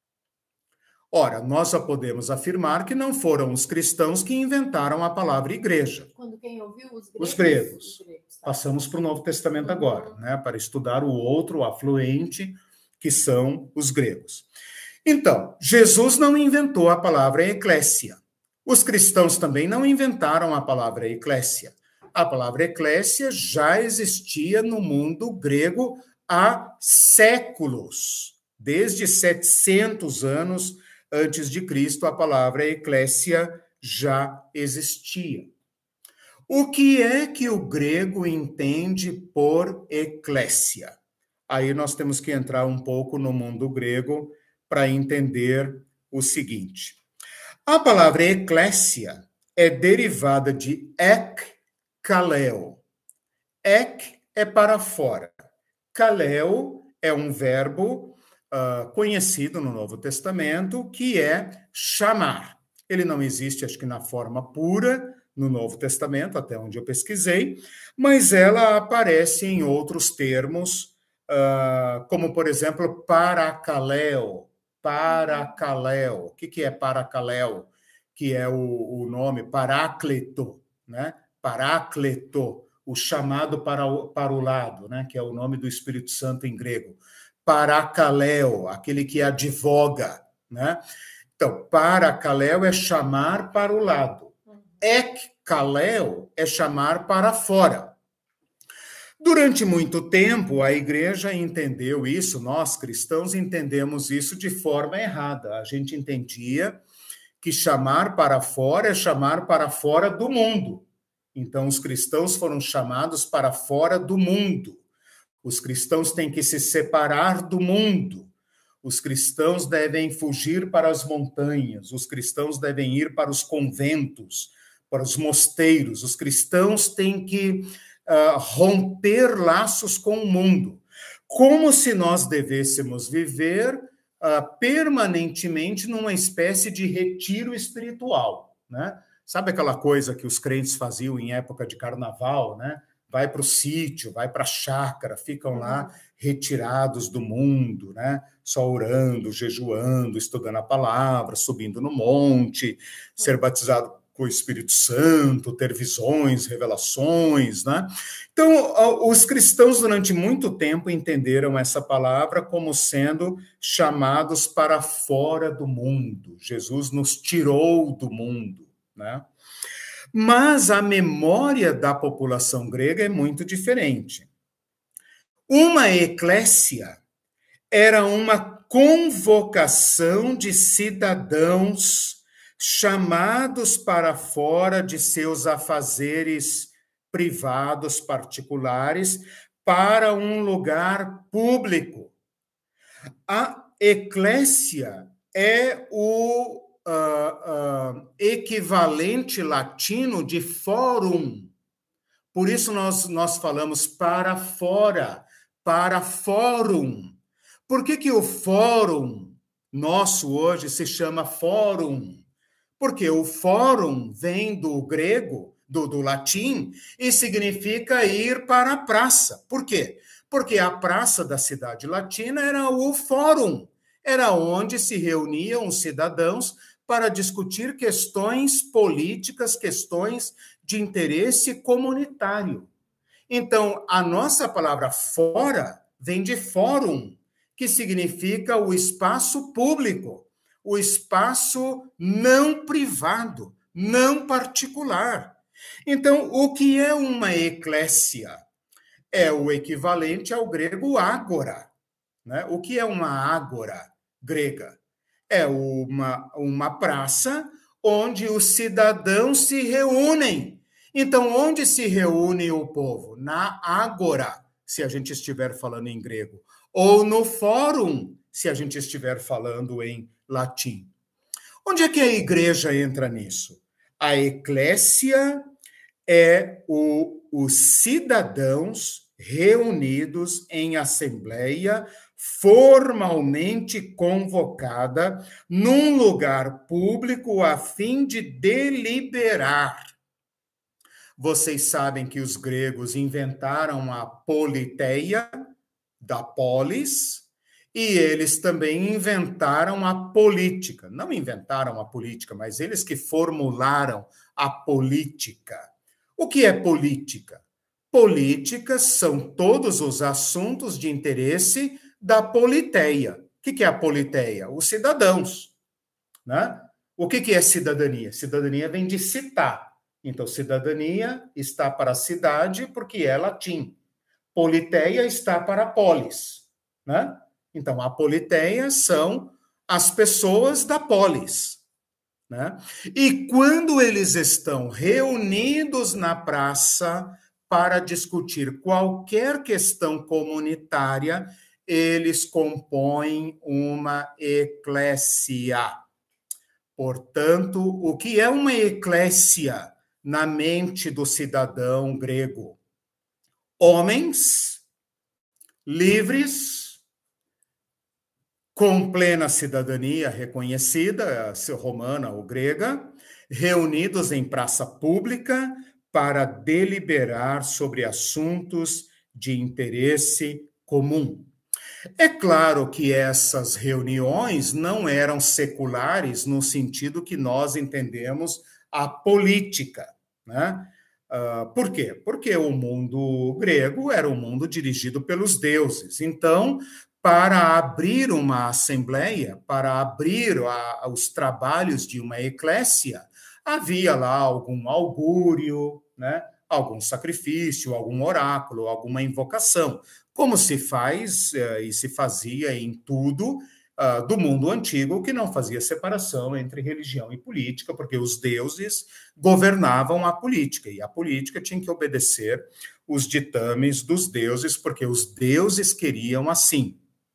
Ora, nós só podemos afirmar que não foram os cristãos que inventaram a palavra igreja. Quando quem ouviu? Os gregos. Tá? Passamos para o Novo Testamento agora, né, para estudar o outro afluente, que são os gregos. Então, Jesus não inventou a palavra eclésia. Os cristãos também não inventaram a palavra eclésia. A palavra eclésia já existia no mundo grego há séculos. Desde 700 anos antes de Cristo, a palavra eclésia já existia. O que é que o grego entende por eclésia? Aí nós temos que entrar um pouco no mundo grego para entender o seguinte. A palavra eclésia é derivada de ek, kaleo. Ek é para fora. Kaleo é um verbo conhecido no Novo Testamento, que é chamar. Ele não existe, acho que na forma pura, no Novo Testamento, até onde eu pesquisei, mas ela aparece em outros termos, como, por exemplo, parakaleo. Parakaleo. O que é parakaleo? Que é o nome paráclito, né? Paráclito, o chamado para o lado, né? Que é o nome do Espírito Santo em grego. Parakaleo, aquele que advoga, né? Então, parakaleo é chamar para o lado. Ekkaleo é chamar para fora. Durante muito tempo, a igreja entendeu isso, nós cristãos entendemos isso de forma errada. A gente entendia que chamar para fora é chamar para fora do mundo. Então, os cristãos foram chamados para fora do mundo. Os cristãos têm que se separar do mundo. Os cristãos devem fugir para as montanhas. Os cristãos devem ir para os conventos, para os mosteiros. Os cristãos têm que romper laços com o mundo. Como se nós devêssemos viver permanentemente numa espécie de retiro espiritual, né? Sabe aquela coisa que os crentes faziam em época de carnaval, né? Vai para o sítio, vai para a chácara, ficam lá retirados do mundo, né? Só orando, jejuando, estudando a palavra, subindo no monte, ser batizado com o Espírito Santo, ter visões, revelações, né? Então, os cristãos durante muito tempo entenderam essa palavra como sendo chamados para fora do mundo. Jesus nos tirou do mundo, né? Mas a memória da população grega é muito diferente. Uma eclésia era uma convocação de cidadãos chamados para fora de seus afazeres privados, particulares, para um lugar público. A eclésia é o equivalente latino de fórum. Por isso nós falamos para fora, para fórum. Por que o fórum nosso hoje se chama fórum? Porque o fórum vem do grego, do latim, e significa ir para a praça. Por quê? Porque a praça da cidade latina era o fórum, era onde se reuniam os cidadãos para discutir questões políticas, questões de interesse comunitário. Então, a nossa palavra fora vem de fórum, que significa o espaço público, o espaço não privado, não particular. Então, o que é uma eclésia? É o equivalente ao grego ágora, né? O que é uma ágora grega? É uma praça onde os cidadãos se reúnem. Então, onde se reúne o povo? Na ágora, se a gente estiver falando em grego, ou no fórum, se a gente estiver falando em latim. Onde é que a igreja entra nisso? A eclésia é os cidadãos reunidos em assembleia formalmente convocada num lugar público a fim de deliberar. Vocês sabem que os gregos inventaram a politeia da polis e eles também inventaram a política. Não inventaram a política, mas eles que formularam a política. O que é política? Políticas são todos os assuntos de interesse da politeia. O que é a politeia? Os cidadãos, né? O que é cidadania? Cidadania vem de citar. Então, cidadania está para a cidade porque é latim. Politeia está para a polis, né? Então, a politeia são as pessoas da polis, né? E quando eles estão reunidos na praça para discutir qualquer questão comunitária, eles compõem uma eclésia. Portanto, o que é uma eclésia na mente do cidadão grego? Homens livres, com plena cidadania reconhecida, se romana ou grega, reunidos em praça pública para deliberar sobre assuntos de interesse comum. É claro que essas reuniões não eram seculares no sentido que nós entendemos a política, né? Por quê? Porque o mundo grego era um mundo dirigido pelos deuses. Então, para abrir uma assembleia, para abrir os trabalhos de uma eclésia, havia lá algum augúrio, né? Algum sacrifício, algum oráculo, alguma invocação, como se faz e se fazia em tudo do mundo antigo, que não fazia separação entre religião e política, porque os deuses governavam a política, e a política tinha que obedecer os ditames dos deuses, porque os deuses queriam assim.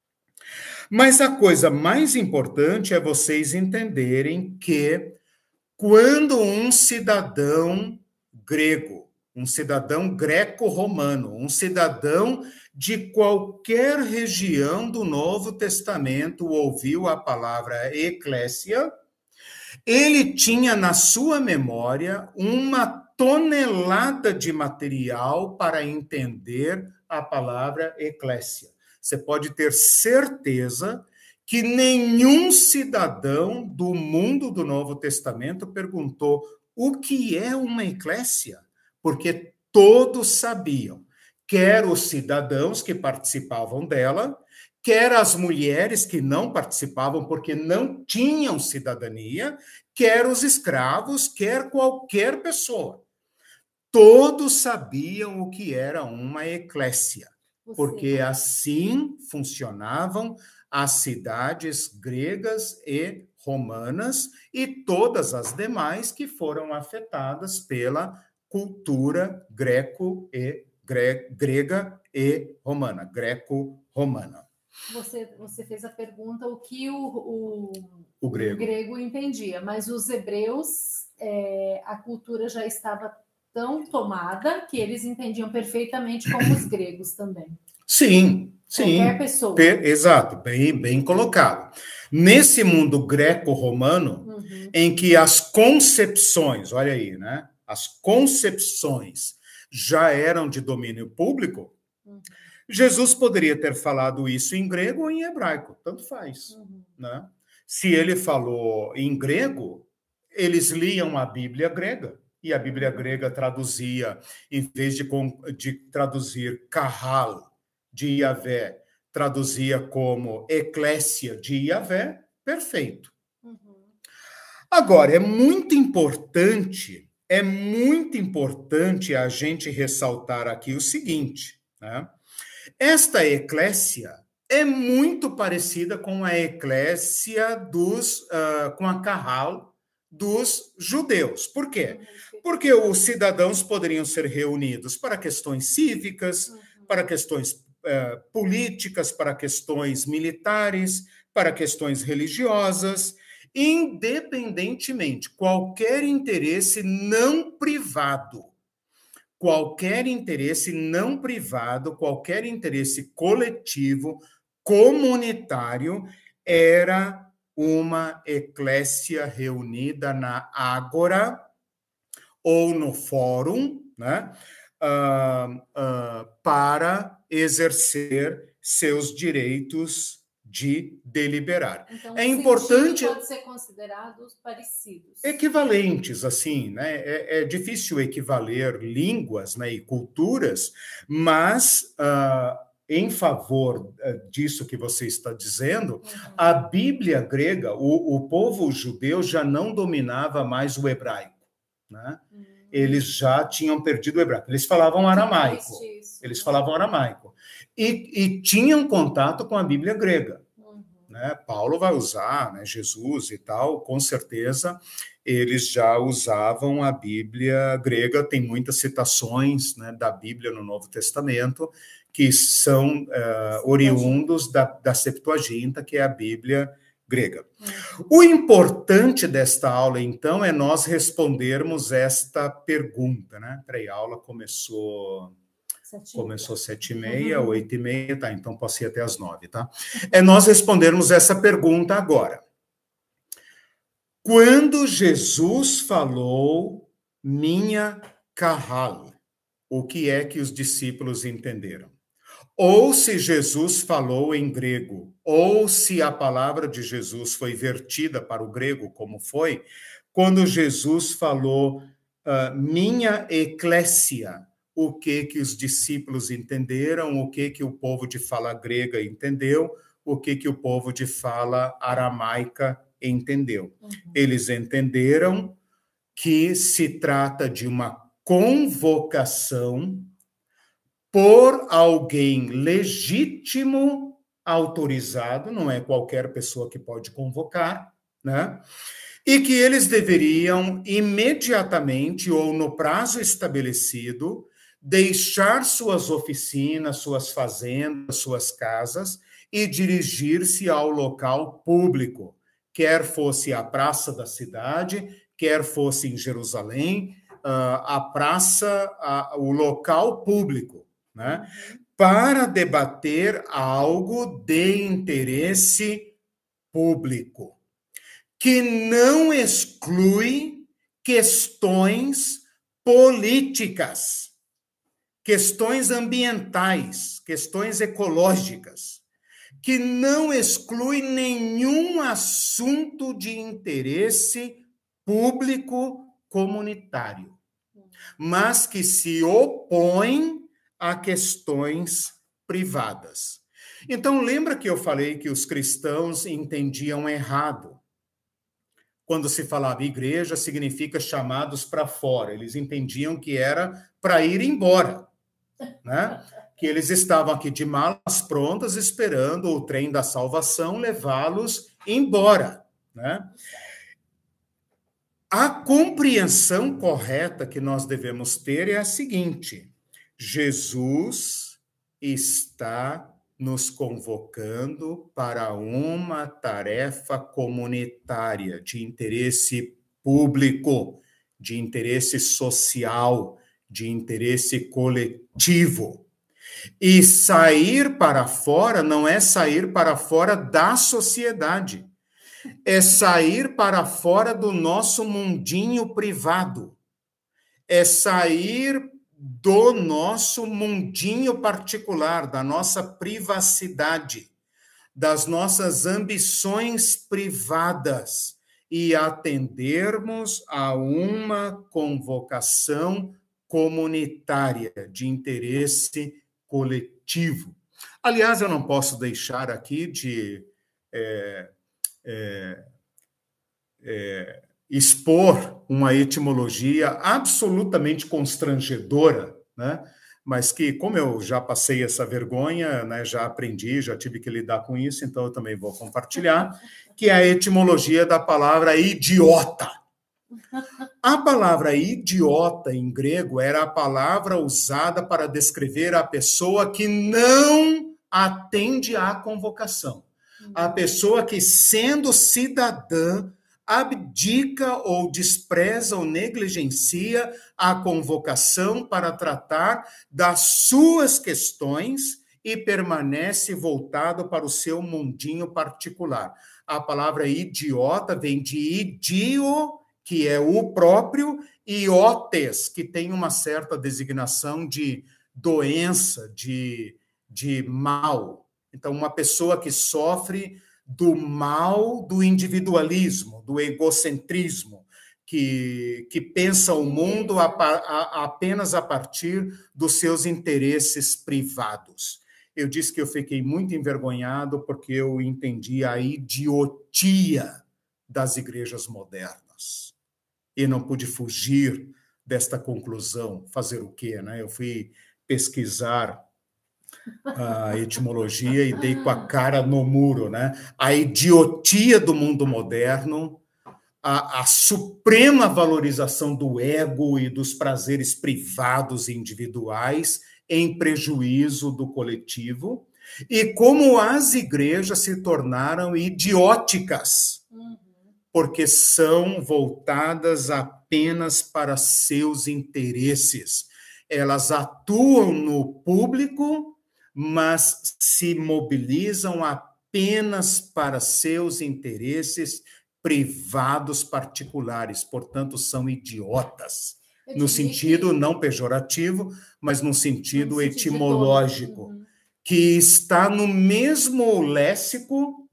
Mas a coisa mais importante é vocês entenderem que quando um cidadão grego, um cidadão greco-romano, um cidadão de qualquer região do Novo Testamento ouviu a palavra eclésia, ele tinha na sua memória uma tonelada de material para entender a palavra eclésia. Você pode ter certeza que nenhum cidadão do mundo do Novo Testamento perguntou o que é uma eclésia, porque todos sabiam, quer os cidadãos que participavam dela, quer as mulheres que não participavam porque não tinham cidadania, quer os escravos, quer qualquer pessoa. Todos sabiam o que era uma eclésia, porque assim funcionavam as cidades gregas e romanas e todas as demais que foram afetadas pela cultura grega e romana, greco-romana. Você fez a pergunta o que o grego entendia, mas os hebreus, a cultura já estava tão tomada que eles entendiam perfeitamente como os gregos também. Sim. Qualquer pessoa. Exato, bem colocado. Nesse mundo greco-romano, em que as concepções, olha aí, né? As concepções já eram de domínio público, Jesus poderia ter falado isso em grego ou em hebraico, tanto faz. Né? Se ele falou em grego, eles liam a Bíblia grega, e a Bíblia grega traduzia, em vez de traduzir Kahal, de Yahvé, traduzia como eclésia de Yahvé, perfeito. Agora, é muito importante a gente ressaltar aqui o seguinte, né? Esta eclésia é muito parecida com a eclésia com a Kahal dos judeus. Por quê? Porque os cidadãos poderiam ser reunidos para questões cívicas, para questões políticas, para questões militares, para questões religiosas, independentemente, qualquer interesse não privado, qualquer coletivo, comunitário, era uma eclésia reunida na ágora ou no fórum, né, para exercer seus direitos de deliberar. Então, é importante, pode ser considerados parecidos. Equivalentes, assim, né? É difícil equivaler línguas, né, e culturas, mas em favor disso que você está dizendo, a Bíblia grega, o povo judeu já não dominava mais o hebraico, né? Eles já tinham perdido o hebraico. Eles falavam aramaico. Eles falavam aramaico. E tinham contato com a Bíblia grega. Né? Paulo vai usar, né? Jesus e tal, com certeza, eles já usavam a Bíblia grega. Tem muitas citações, né, da Bíblia no Novo Testamento que são oriundos da Septuaginta, que é a Bíblia grega. O importante desta aula, então, é nós respondermos esta pergunta, né? Peraí, a aula começou 7h30, 8h30, tá? Então posso ir até as 9, tá? É nós respondermos essa pergunta agora. Quando Jesus falou minha kahal, o que é que os discípulos entenderam? Ou se Jesus falou em grego, ou se a palavra de Jesus foi vertida para o grego, como foi, quando Jesus falou minha eclésia, o que os discípulos entenderam, o que o povo de fala grega entendeu, o que o povo de fala aramaica entendeu. Eles entenderam que se trata de uma convocação por alguém legítimo, autorizado, não é qualquer pessoa que pode convocar, né? E que eles deveriam imediatamente ou no prazo estabelecido deixar suas oficinas, suas fazendas, suas casas e dirigir-se ao local público, quer fosse a praça da cidade, quer fosse em Jerusalém, a praça, o local público, né, para debater algo de interesse público, que não exclui questões políticas, questões ambientais, questões ecológicas, que não exclui nenhum assunto de interesse público comunitário, mas que se opõe a questões privadas. Então, lembra que eu falei que os cristãos entendiam errado? Quando se falava igreja, significa chamados para fora. Eles entendiam que era para ir embora, né? Que eles estavam aqui de malas prontas, esperando o trem da salvação levá-los embora, né? A compreensão correta que nós devemos ter é a seguinte: Jesus está nos convocando para uma tarefa comunitária, de interesse público, de interesse social, de interesse coletivo. E sair para fora não é sair para fora da sociedade, é sair para fora do nosso mundinho privado, é sair do nosso mundinho particular, da nossa privacidade, das nossas ambições privadas e atendermos a uma convocação comunitária de interesse coletivo. Aliás, eu não posso deixar aqui de expor uma etimologia absolutamente constrangedora, né, mas que, como eu já passei essa vergonha, né, já aprendi, já tive que lidar com isso, então eu também vou compartilhar, que é a etimologia da palavra idiota. A palavra idiota em grego era a palavra usada para descrever a pessoa que não atende à convocação. A pessoa que, sendo cidadã, abdica ou despreza ou negligencia a convocação para tratar das suas questões e permanece voltado para o seu mundinho particular. A palavra idiota vem de idio, que é o próprio, e otes, que tem uma certa designação de doença, de mal. Então, uma pessoa que sofre do mal do individualismo, do egocentrismo, que pensa o mundo apenas a partir dos seus interesses privados. Eu disse que eu fiquei muito envergonhado porque eu entendi a idiotia das igrejas modernas. E não pude fugir desta conclusão. Fazer o quê, né? Eu fui pesquisar a etimologia e dei com a cara no muro, né? A idiotia do mundo moderno, a suprema valorização do ego e dos prazeres privados e individuais em prejuízo do coletivo, e como as igrejas se tornaram idióticas, porque são voltadas apenas para seus interesses. Elas atuam no público, mas se mobilizam apenas para seus interesses privados particulares, portanto, são idiotas, no sentido não pejorativo, mas no sentido etimológico, que está no mesmo léxico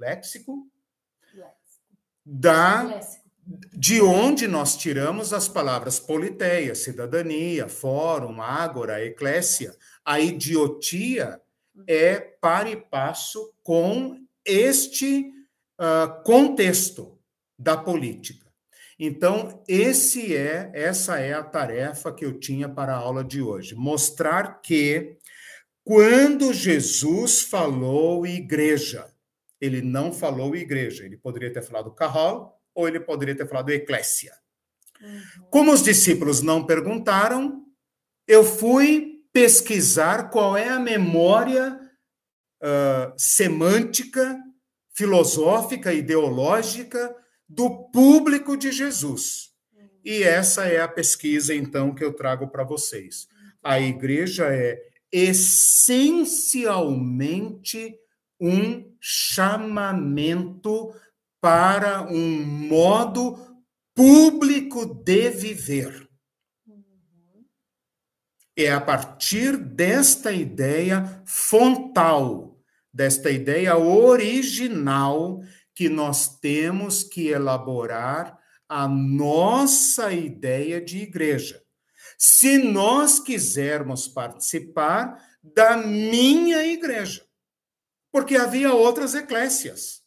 de onde nós tiramos as palavras politeia, cidadania, fórum, ágora, eclésia. A idiotia é par e passo com este contexto da política. Então, essa é a tarefa que eu tinha para a aula de hoje. Mostrar que, quando Jesus falou igreja, ele não falou igreja, ele poderia ter falado kahal, ou ele poderia ter falado eclésia. Como os discípulos não perguntaram, eu fui pesquisar qual é a memória semântica, filosófica, ideológica do público de Jesus. E essa é a pesquisa, então, que eu trago para vocês. A igreja é essencialmente um chamamento para um modo público de viver. É a partir desta ideia fontal, desta ideia original, que nós temos que elaborar a nossa ideia de igreja. Se nós quisermos participar da minha igreja, porque havia outras eclésias.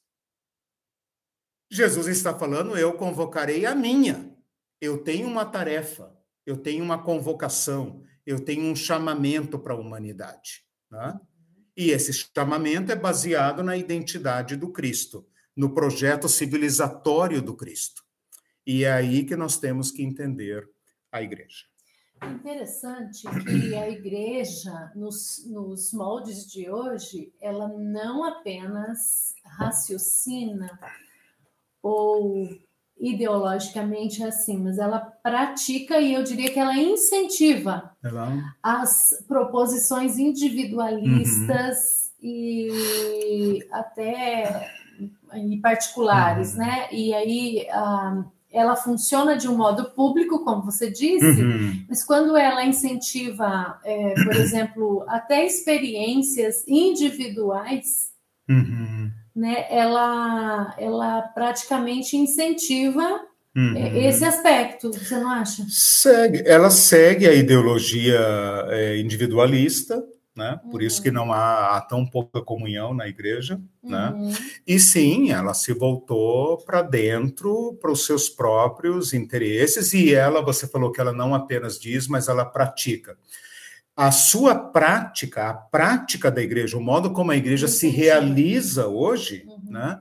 Jesus está falando, eu convocarei a minha. Eu tenho uma tarefa, eu tenho uma convocação, eu tenho um chamamento para a humanidade. Né? E esse chamamento é baseado na identidade do Cristo, no projeto civilizatório do Cristo. E é aí que nós temos que entender a igreja. Interessante que a igreja, nos moldes de hoje, ela não apenas raciocina ou ideologicamente assim, mas ela pratica e eu diria que ela incentiva as proposições individualistas e até particulares, né? E aí ela funciona de um modo público, como você disse, mas quando ela incentiva, por exemplo, até experiências individuais, né, ela praticamente incentiva esse aspecto, você não acha? Ela segue a ideologia individualista, né? Por isso que não há tão pouca comunhão na igreja, né? E sim, ela se voltou para dentro, para os seus próprios interesses, e ela, você falou que ela não apenas diz, mas ela pratica. a sua prática, a prática da igreja, o modo como a igreja se realiza hoje, né,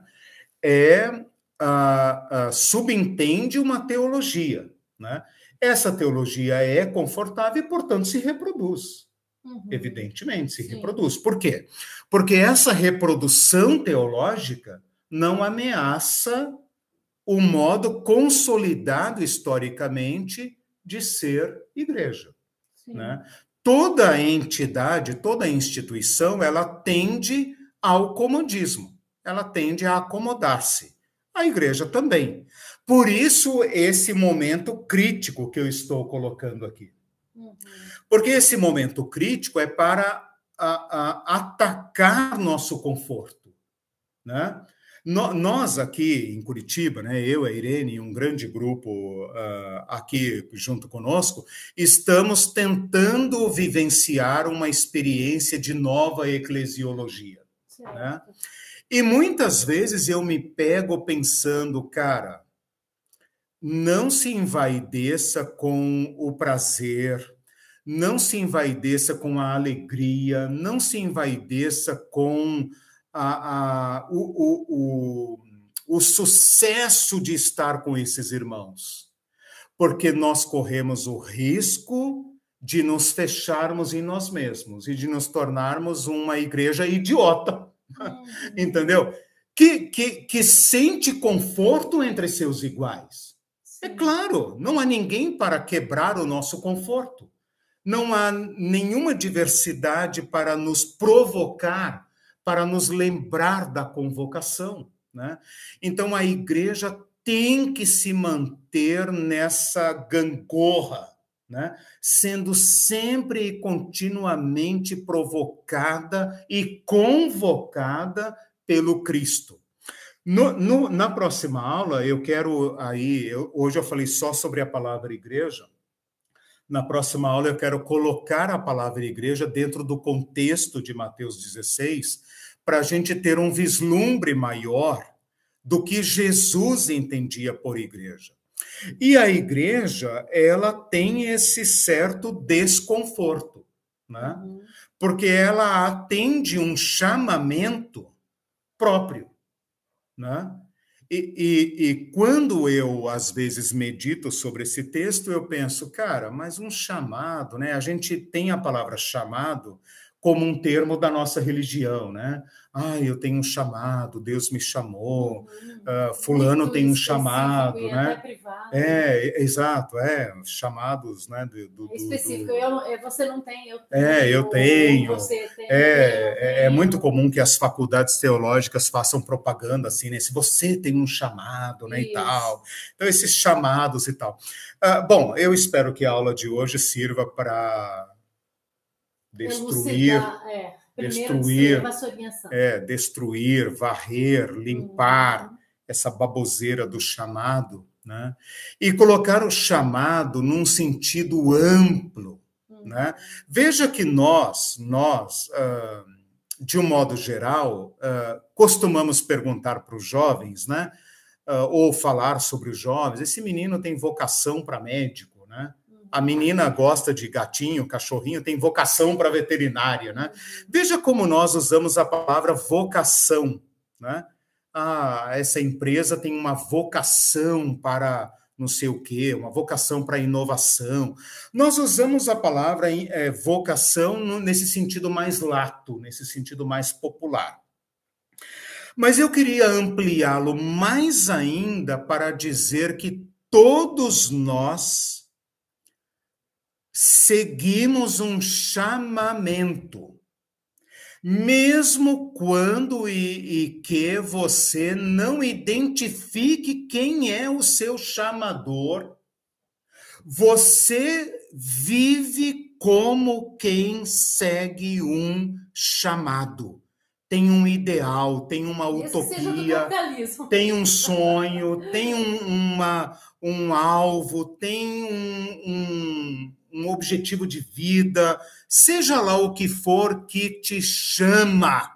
subentende uma teologia, né? Essa teologia é confortável e, portanto, se reproduz. Evidentemente, se reproduz. Por quê? Porque essa reprodução teológica não ameaça o modo consolidado historicamente de ser igreja, né? Toda entidade, toda instituição, ela tende ao comodismo, ela tende a acomodar-se. A igreja também. Por isso, esse momento crítico que eu estou colocando aqui. Porque esse momento crítico é para atacar nosso conforto, né? Nós aqui em Curitiba, né, eu, a Irene e um grande grupo aqui junto conosco, estamos tentando vivenciar uma experiência de nova eclesiologia. Né? E muitas vezes eu me pego pensando, cara, não se envaideça com o prazer, não se envaideça com a alegria, não se envaideça com o sucesso de estar com esses irmãos, porque nós corremos o risco de nos fecharmos em nós mesmos e de nos tornarmos uma igreja idiota, entendeu? Que sente conforto entre seus iguais. Sim. É claro, não há ninguém para quebrar o nosso conforto. Não há nenhuma diversidade para nos provocar, para nos lembrar da convocação, né? Então, a igreja tem que se manter nessa gangorra, né? Sendo sempre e continuamente provocada e convocada pelo Cristo. Na próxima aula, eu quero hoje eu falei só sobre a palavra igreja. Na próxima aula, eu quero colocar a palavra igreja dentro do contexto de Mateus 16, para a gente ter um vislumbre maior do que Jesus entendia por igreja. E a igreja, ela tem esse certo desconforto, né? Porque ela atende um chamamento próprio, né? E quando eu, às vezes, medito sobre esse texto, eu penso, cara, mas um chamado, né? A gente tem a palavra chamado como um termo da nossa religião, né? Ah, eu tenho um chamado, Deus me chamou, fulano muito tem um chamado, né? Privado, exato, chamados, né? Específico, você não tem, eu tenho. Eu tenho. Você tem, é muito comum que as faculdades teológicas façam propaganda assim, né? Se você tem um chamado, né? Isso. E tal. Então, esses chamados e tal. Bom, eu espero que a aula de hoje sirva para destruir, varrer, limpar essa baboseira do chamado, né? E colocar o chamado num sentido amplo, né? Veja que nós de um modo geral, costumamos perguntar para os jovens, né? Ou falar sobre os jovens, esse menino tem vocação para médico, né? A menina gosta de gatinho, cachorrinho, tem vocação para veterinária, né? Veja como nós usamos a palavra vocação, né? Essa empresa tem uma vocação para não sei o quê, uma vocação para inovação. Nós usamos a palavra vocação nesse sentido mais lato, nesse sentido mais popular. Mas eu queria ampliá-lo mais ainda para dizer que todos nós seguimos um chamamento, mesmo quando e que você não identifique quem é o seu chamador, você vive como quem segue um chamado. Tem um ideal, tem uma utopia, tem um sonho, tem um alvo, tem um objetivo de vida, seja lá o que for que te chama,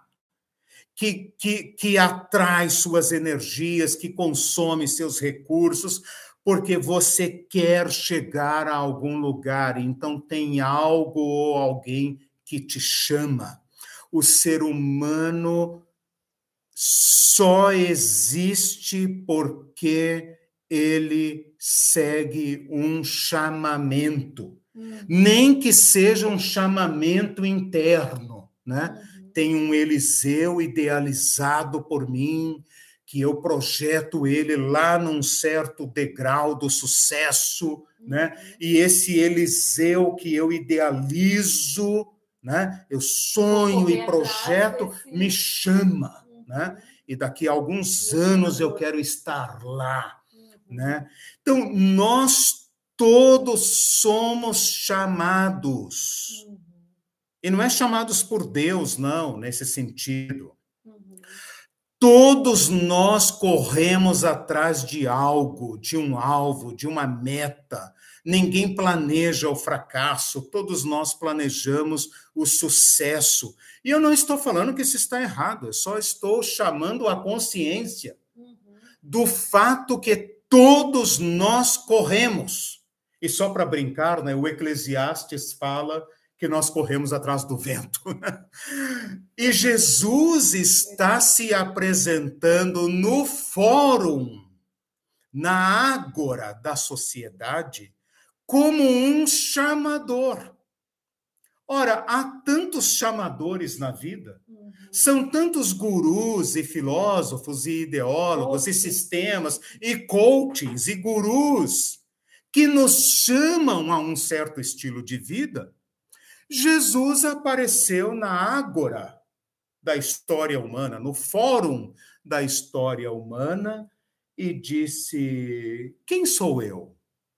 que atrai suas energias, que consome seus recursos, porque você quer chegar a algum lugar, então tem algo ou alguém que te chama. O ser humano só existe porque ele segue um chamamento, nem que seja um chamamento interno, né? Tem um Eliseu idealizado por mim, que eu projeto ele lá num certo degrau do sucesso, né? E esse Eliseu que eu idealizo, né? Eu sonho e projeto, me chama, né? E daqui a alguns anos eu quero estar lá, né? Então, nós todos somos chamados. E não é chamados por Deus, não, nesse sentido. Todos nós corremos atrás de algo, de um alvo, de uma meta. Ninguém planeja o fracasso, todos nós planejamos o sucesso. E eu não estou falando que isso está errado, eu só estou chamando a consciência do fato que todos nós corremos. E só para brincar, né, o Eclesiastes fala que nós corremos atrás do vento. E Jesus está se apresentando no fórum, na ágora da sociedade, como um chamador. Ora, há tantos chamadores na vida, são tantos gurus e filósofos e ideólogos e sistemas e coachings e gurus que nos chamam a um certo estilo de vida. Jesus apareceu na ágora da história humana, no fórum da história humana, e disse: quem sou eu?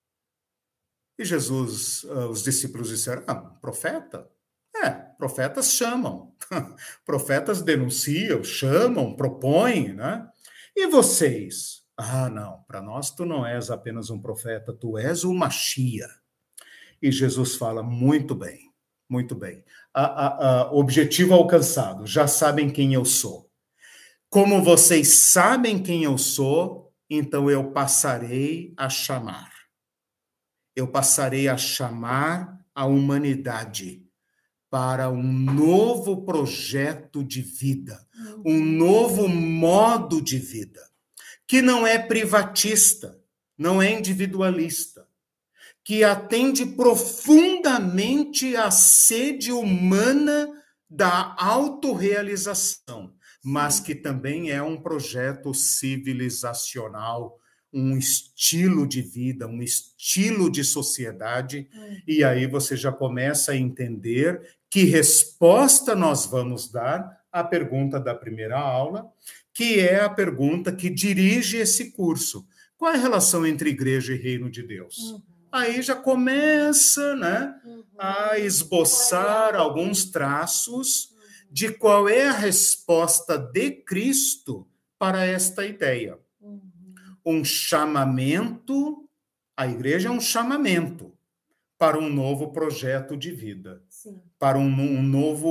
E Jesus, os discípulos disseram: profeta? Profetas chamam, profetas denunciam, chamam, propõem, né? E vocês? Não, para nós tu não és apenas um profeta, tu és o Machia. E Jesus fala: muito bem. Muito bem. Objetivo alcançado. Já sabem quem eu sou. Como vocês sabem quem eu sou, então eu passarei a chamar. Eu passarei a chamar a humanidade para um novo projeto de vida, um novo modo de vida, que não é privatista, não é individualista, que atende profundamente à sede humana da autorrealização, mas que também é um projeto civilizacional, um estilo de vida, um estilo de sociedade, e aí você já começa a entender que resposta nós vamos dar à pergunta da primeira aula, que é a pergunta que dirige esse curso. Qual é a relação entre igreja e reino de Deus? Aí já começa, né, a esboçar alguns traços de qual é a resposta de Cristo para esta ideia. Um chamamento, a igreja é um chamamento para um novo projeto de vida, para um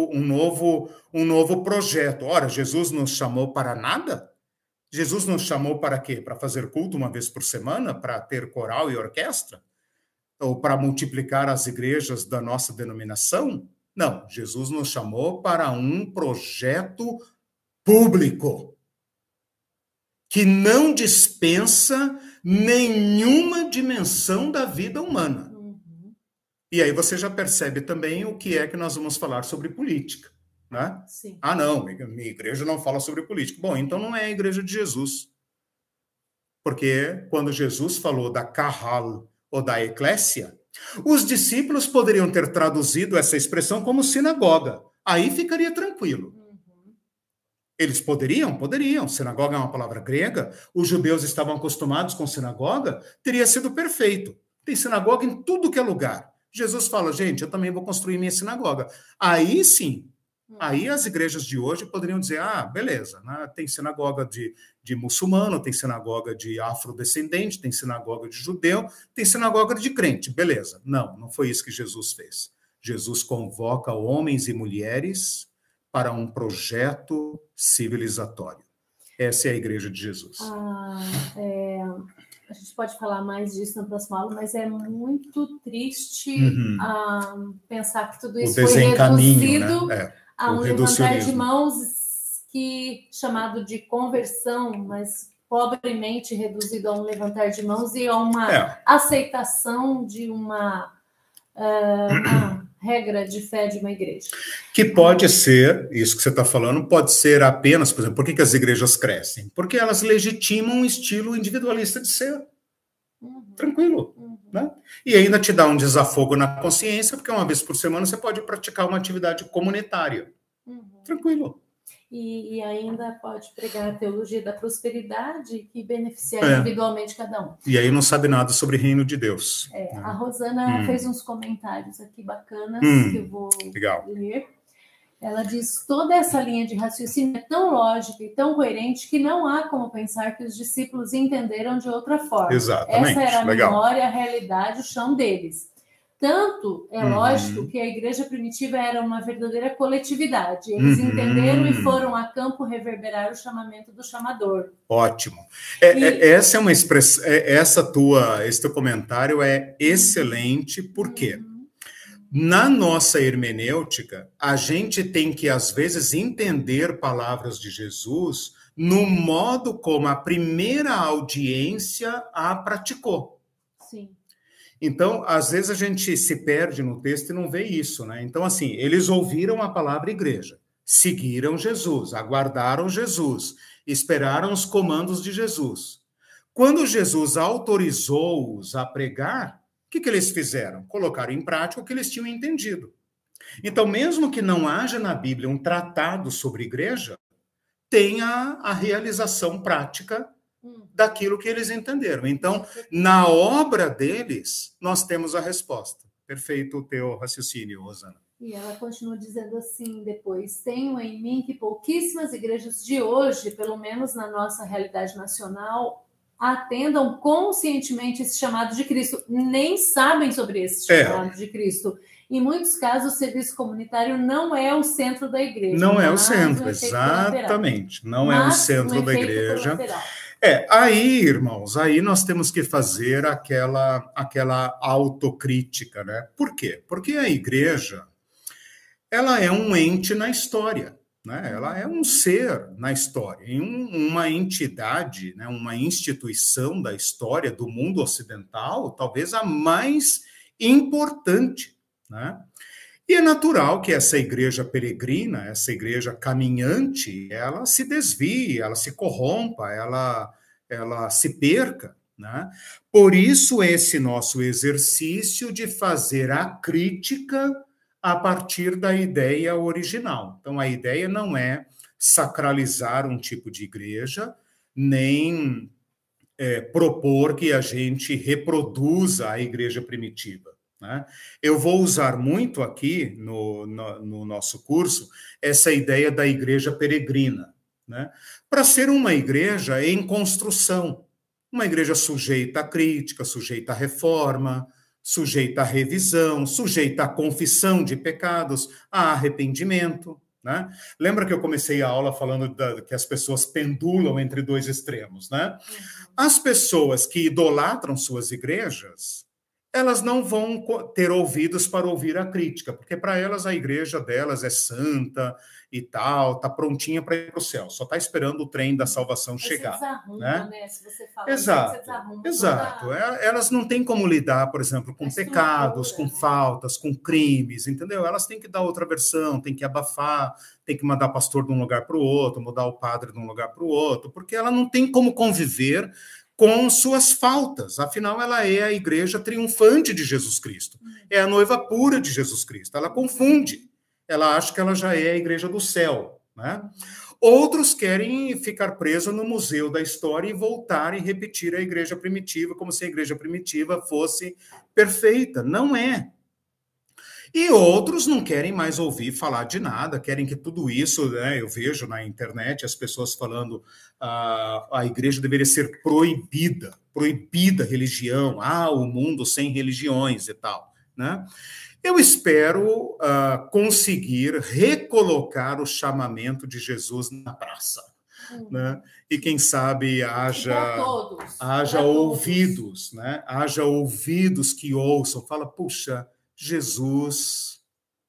novo projeto. Ora, Jesus nos chamou para nada? Jesus nos chamou para quê? Para fazer culto uma vez por semana? Para ter coral e orquestra? Ou para multiplicar as igrejas da nossa denominação? Não, Jesus nos chamou para um projeto público, que não dispensa nenhuma dimensão da vida humana. E aí você já percebe também o que é que nós vamos falar sobre política, né? Sim. Não, minha igreja não fala sobre política. Bom, então não é a igreja de Jesus. Porque quando Jesus falou da Kahal ou da eclésia, os discípulos poderiam ter traduzido essa expressão como sinagoga. Aí ficaria tranquilo. Eles poderiam. Sinagoga é uma palavra grega. Os judeus estavam acostumados com sinagoga. Teria sido perfeito. Tem sinagoga em tudo que é lugar. Jesus fala: gente, eu também vou construir minha sinagoga. Aí sim. Aí as igrejas de hoje poderiam dizer: beleza, né? Tem sinagoga de muçulmano, tem sinagoga de afrodescendente, tem sinagoga de judeu, tem sinagoga de crente, beleza. Não foi isso que Jesus fez. Jesus convoca homens e mulheres para um projeto civilizatório. Essa é a igreja de Jesus. a gente pode falar mais disso no próximo aula, mas é muito triste pensar que tudo isso foi reduzido, né? A um levantar de mãos que chamado de conversão, mas pobremente reduzido a um levantar de mãos e a uma aceitação de uma regra de fé de uma igreja. Que pode ser, isso que você está falando, pode ser apenas, por exemplo, por que as igrejas crescem? Porque elas legitimam um estilo individualista de ser. Tranquilo. Né? E ainda te dá um desafogo na consciência, porque uma vez por semana você pode praticar uma atividade comunitária. Tranquilo. E ainda pode pregar a teologia da prosperidade que beneficiar individualmente cada um. E aí não sabe nada sobre o reino de Deus. A Rosana fez uns comentários aqui bacanas que eu vou ler. Ela diz, toda essa linha de raciocínio é tão lógica e tão coerente que não há como pensar que os discípulos entenderam de outra forma. Exatamente. Essa era a memória, a realidade, o chão deles. Tanto é lógico que a igreja primitiva era uma verdadeira coletividade. Eles entenderam e foram a campo reverberar o chamamento do chamador. Ótimo. Essa é uma expressão. Esse teu comentário é excelente. Por quê? Na nossa hermenêutica, a gente tem que, às vezes, entender palavras de Jesus no modo como a primeira audiência a praticou. Sim. Então, às vezes a gente se perde no texto e não vê isso, né? Então, assim, eles ouviram a palavra igreja, seguiram Jesus, aguardaram Jesus, esperaram os comandos de Jesus. Quando Jesus autorizou-os a pregar, o que eles fizeram? Colocaram em prática o que eles tinham entendido. Então, mesmo que não haja na Bíblia um tratado sobre igreja, tem a realização prática daquilo que eles entenderam. Então, na obra deles, nós temos a resposta. Perfeito o teu raciocínio, Rosana. E ela continua dizendo assim depois, tenho em mim que pouquíssimas igrejas de hoje, pelo menos na nossa realidade nacional, atendam conscientemente esse chamado de Cristo, nem sabem sobre esse chamado de Cristo. Em muitos casos, o serviço comunitário não é o centro da igreja. Não é o centro, exatamente. Não é o centro da igreja. Aí, irmãos, aí nós temos que fazer aquela autocrítica, né? Por quê? Porque a igreja, ela é um ente na história, né? Ela é um ser na história, uma entidade, né? Uma instituição da história do mundo ocidental, talvez a mais importante, né? E é natural que essa igreja peregrina, essa igreja caminhante, ela se desvie, ela se corrompa, ela se perca, né? Por isso, esse nosso exercício de fazer a crítica a partir da ideia original. Então, a ideia não é sacralizar um tipo de igreja, nem propor que a gente reproduza a igreja primitiva. Né? Eu vou usar muito aqui no nosso curso essa ideia da igreja peregrina, né? Para ser uma igreja em construção, uma igreja sujeita à crítica, sujeita à reforma, sujeita à revisão, sujeita à confissão de pecados, a arrependimento. Né? Lembra que eu comecei a aula falando que as pessoas pendulam entre dois extremos, né? As pessoas que idolatram suas igrejas, elas não vão ter ouvidos para ouvir a crítica, porque para elas a igreja delas é santa e tal, está prontinha para ir para o céu, só está esperando o trem da salvação chegar. Você desarruma, né? Se você fala exato, você desarruma. Exato. Elas não têm como lidar, por exemplo, com pecados, com faltas, com crimes, entendeu? Elas têm que dar outra versão, têm que abafar, tem que mandar pastor de um lugar para o outro, mudar o padre de um lugar para o outro, porque ela não tem como conviver com suas faltas. Afinal, ela é a igreja triunfante de Jesus Cristo. É a noiva pura de Jesus Cristo. Ela confunde. Ela acha que ela já é a igreja do céu. Né? Outros querem ficar presos no museu da história e voltar e repetir a igreja primitiva, como se a igreja primitiva fosse perfeita. Não é. E outros não querem mais ouvir falar de nada, querem que tudo isso, né, eu vejo na internet as pessoas falando a igreja deveria ser proibida a religião, o mundo sem religiões e tal. Né? Eu espero conseguir recolocar o chamamento de Jesus na praça. né? E quem sabe haja ouvidos, né? Haja ouvidos que ouçam. Fala, puxa, Jesus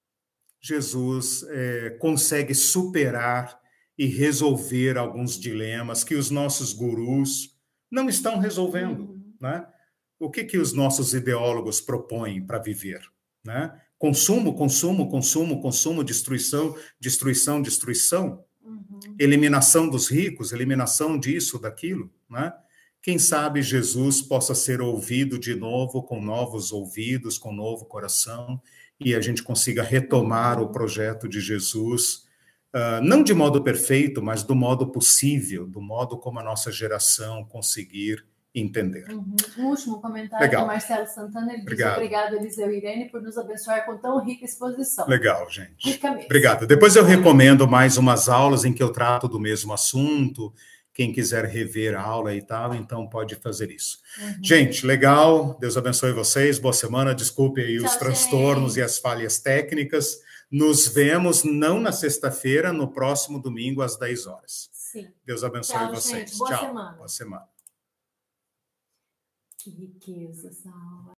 consegue superar e resolver alguns dilemas que os nossos gurus não estão resolvendo, né? O que os nossos ideólogos propõem para viver, né? Consumo, consumo, consumo, consumo, destruição, destruição, destruição, eliminação dos ricos, eliminação disso, daquilo, né? Quem sabe Jesus possa ser ouvido de novo, com novos ouvidos, com novo coração, e a gente consiga retomar o projeto de Jesus, não de modo perfeito, mas do modo possível, do modo como a nossa geração conseguir entender. Um último comentário do Marcelo Santana, ele diz: obrigado, Eliseu e Irene, por nos abençoar com tão rica exposição. Legal, gente. Rica mesmo. Obrigado. Depois eu recomendo mais umas aulas em que eu trato do mesmo assunto. Quem quiser rever a aula e tal, então pode fazer isso. Gente, legal. Deus abençoe vocês. Boa semana. Desculpe aí os transtornos e as falhas técnicas. Nos vemos não na sexta-feira, no próximo domingo, às 10 horas. Sim. Deus abençoe vocês. Gente. Boa semana. Boa semana. Que riqueza essa aula.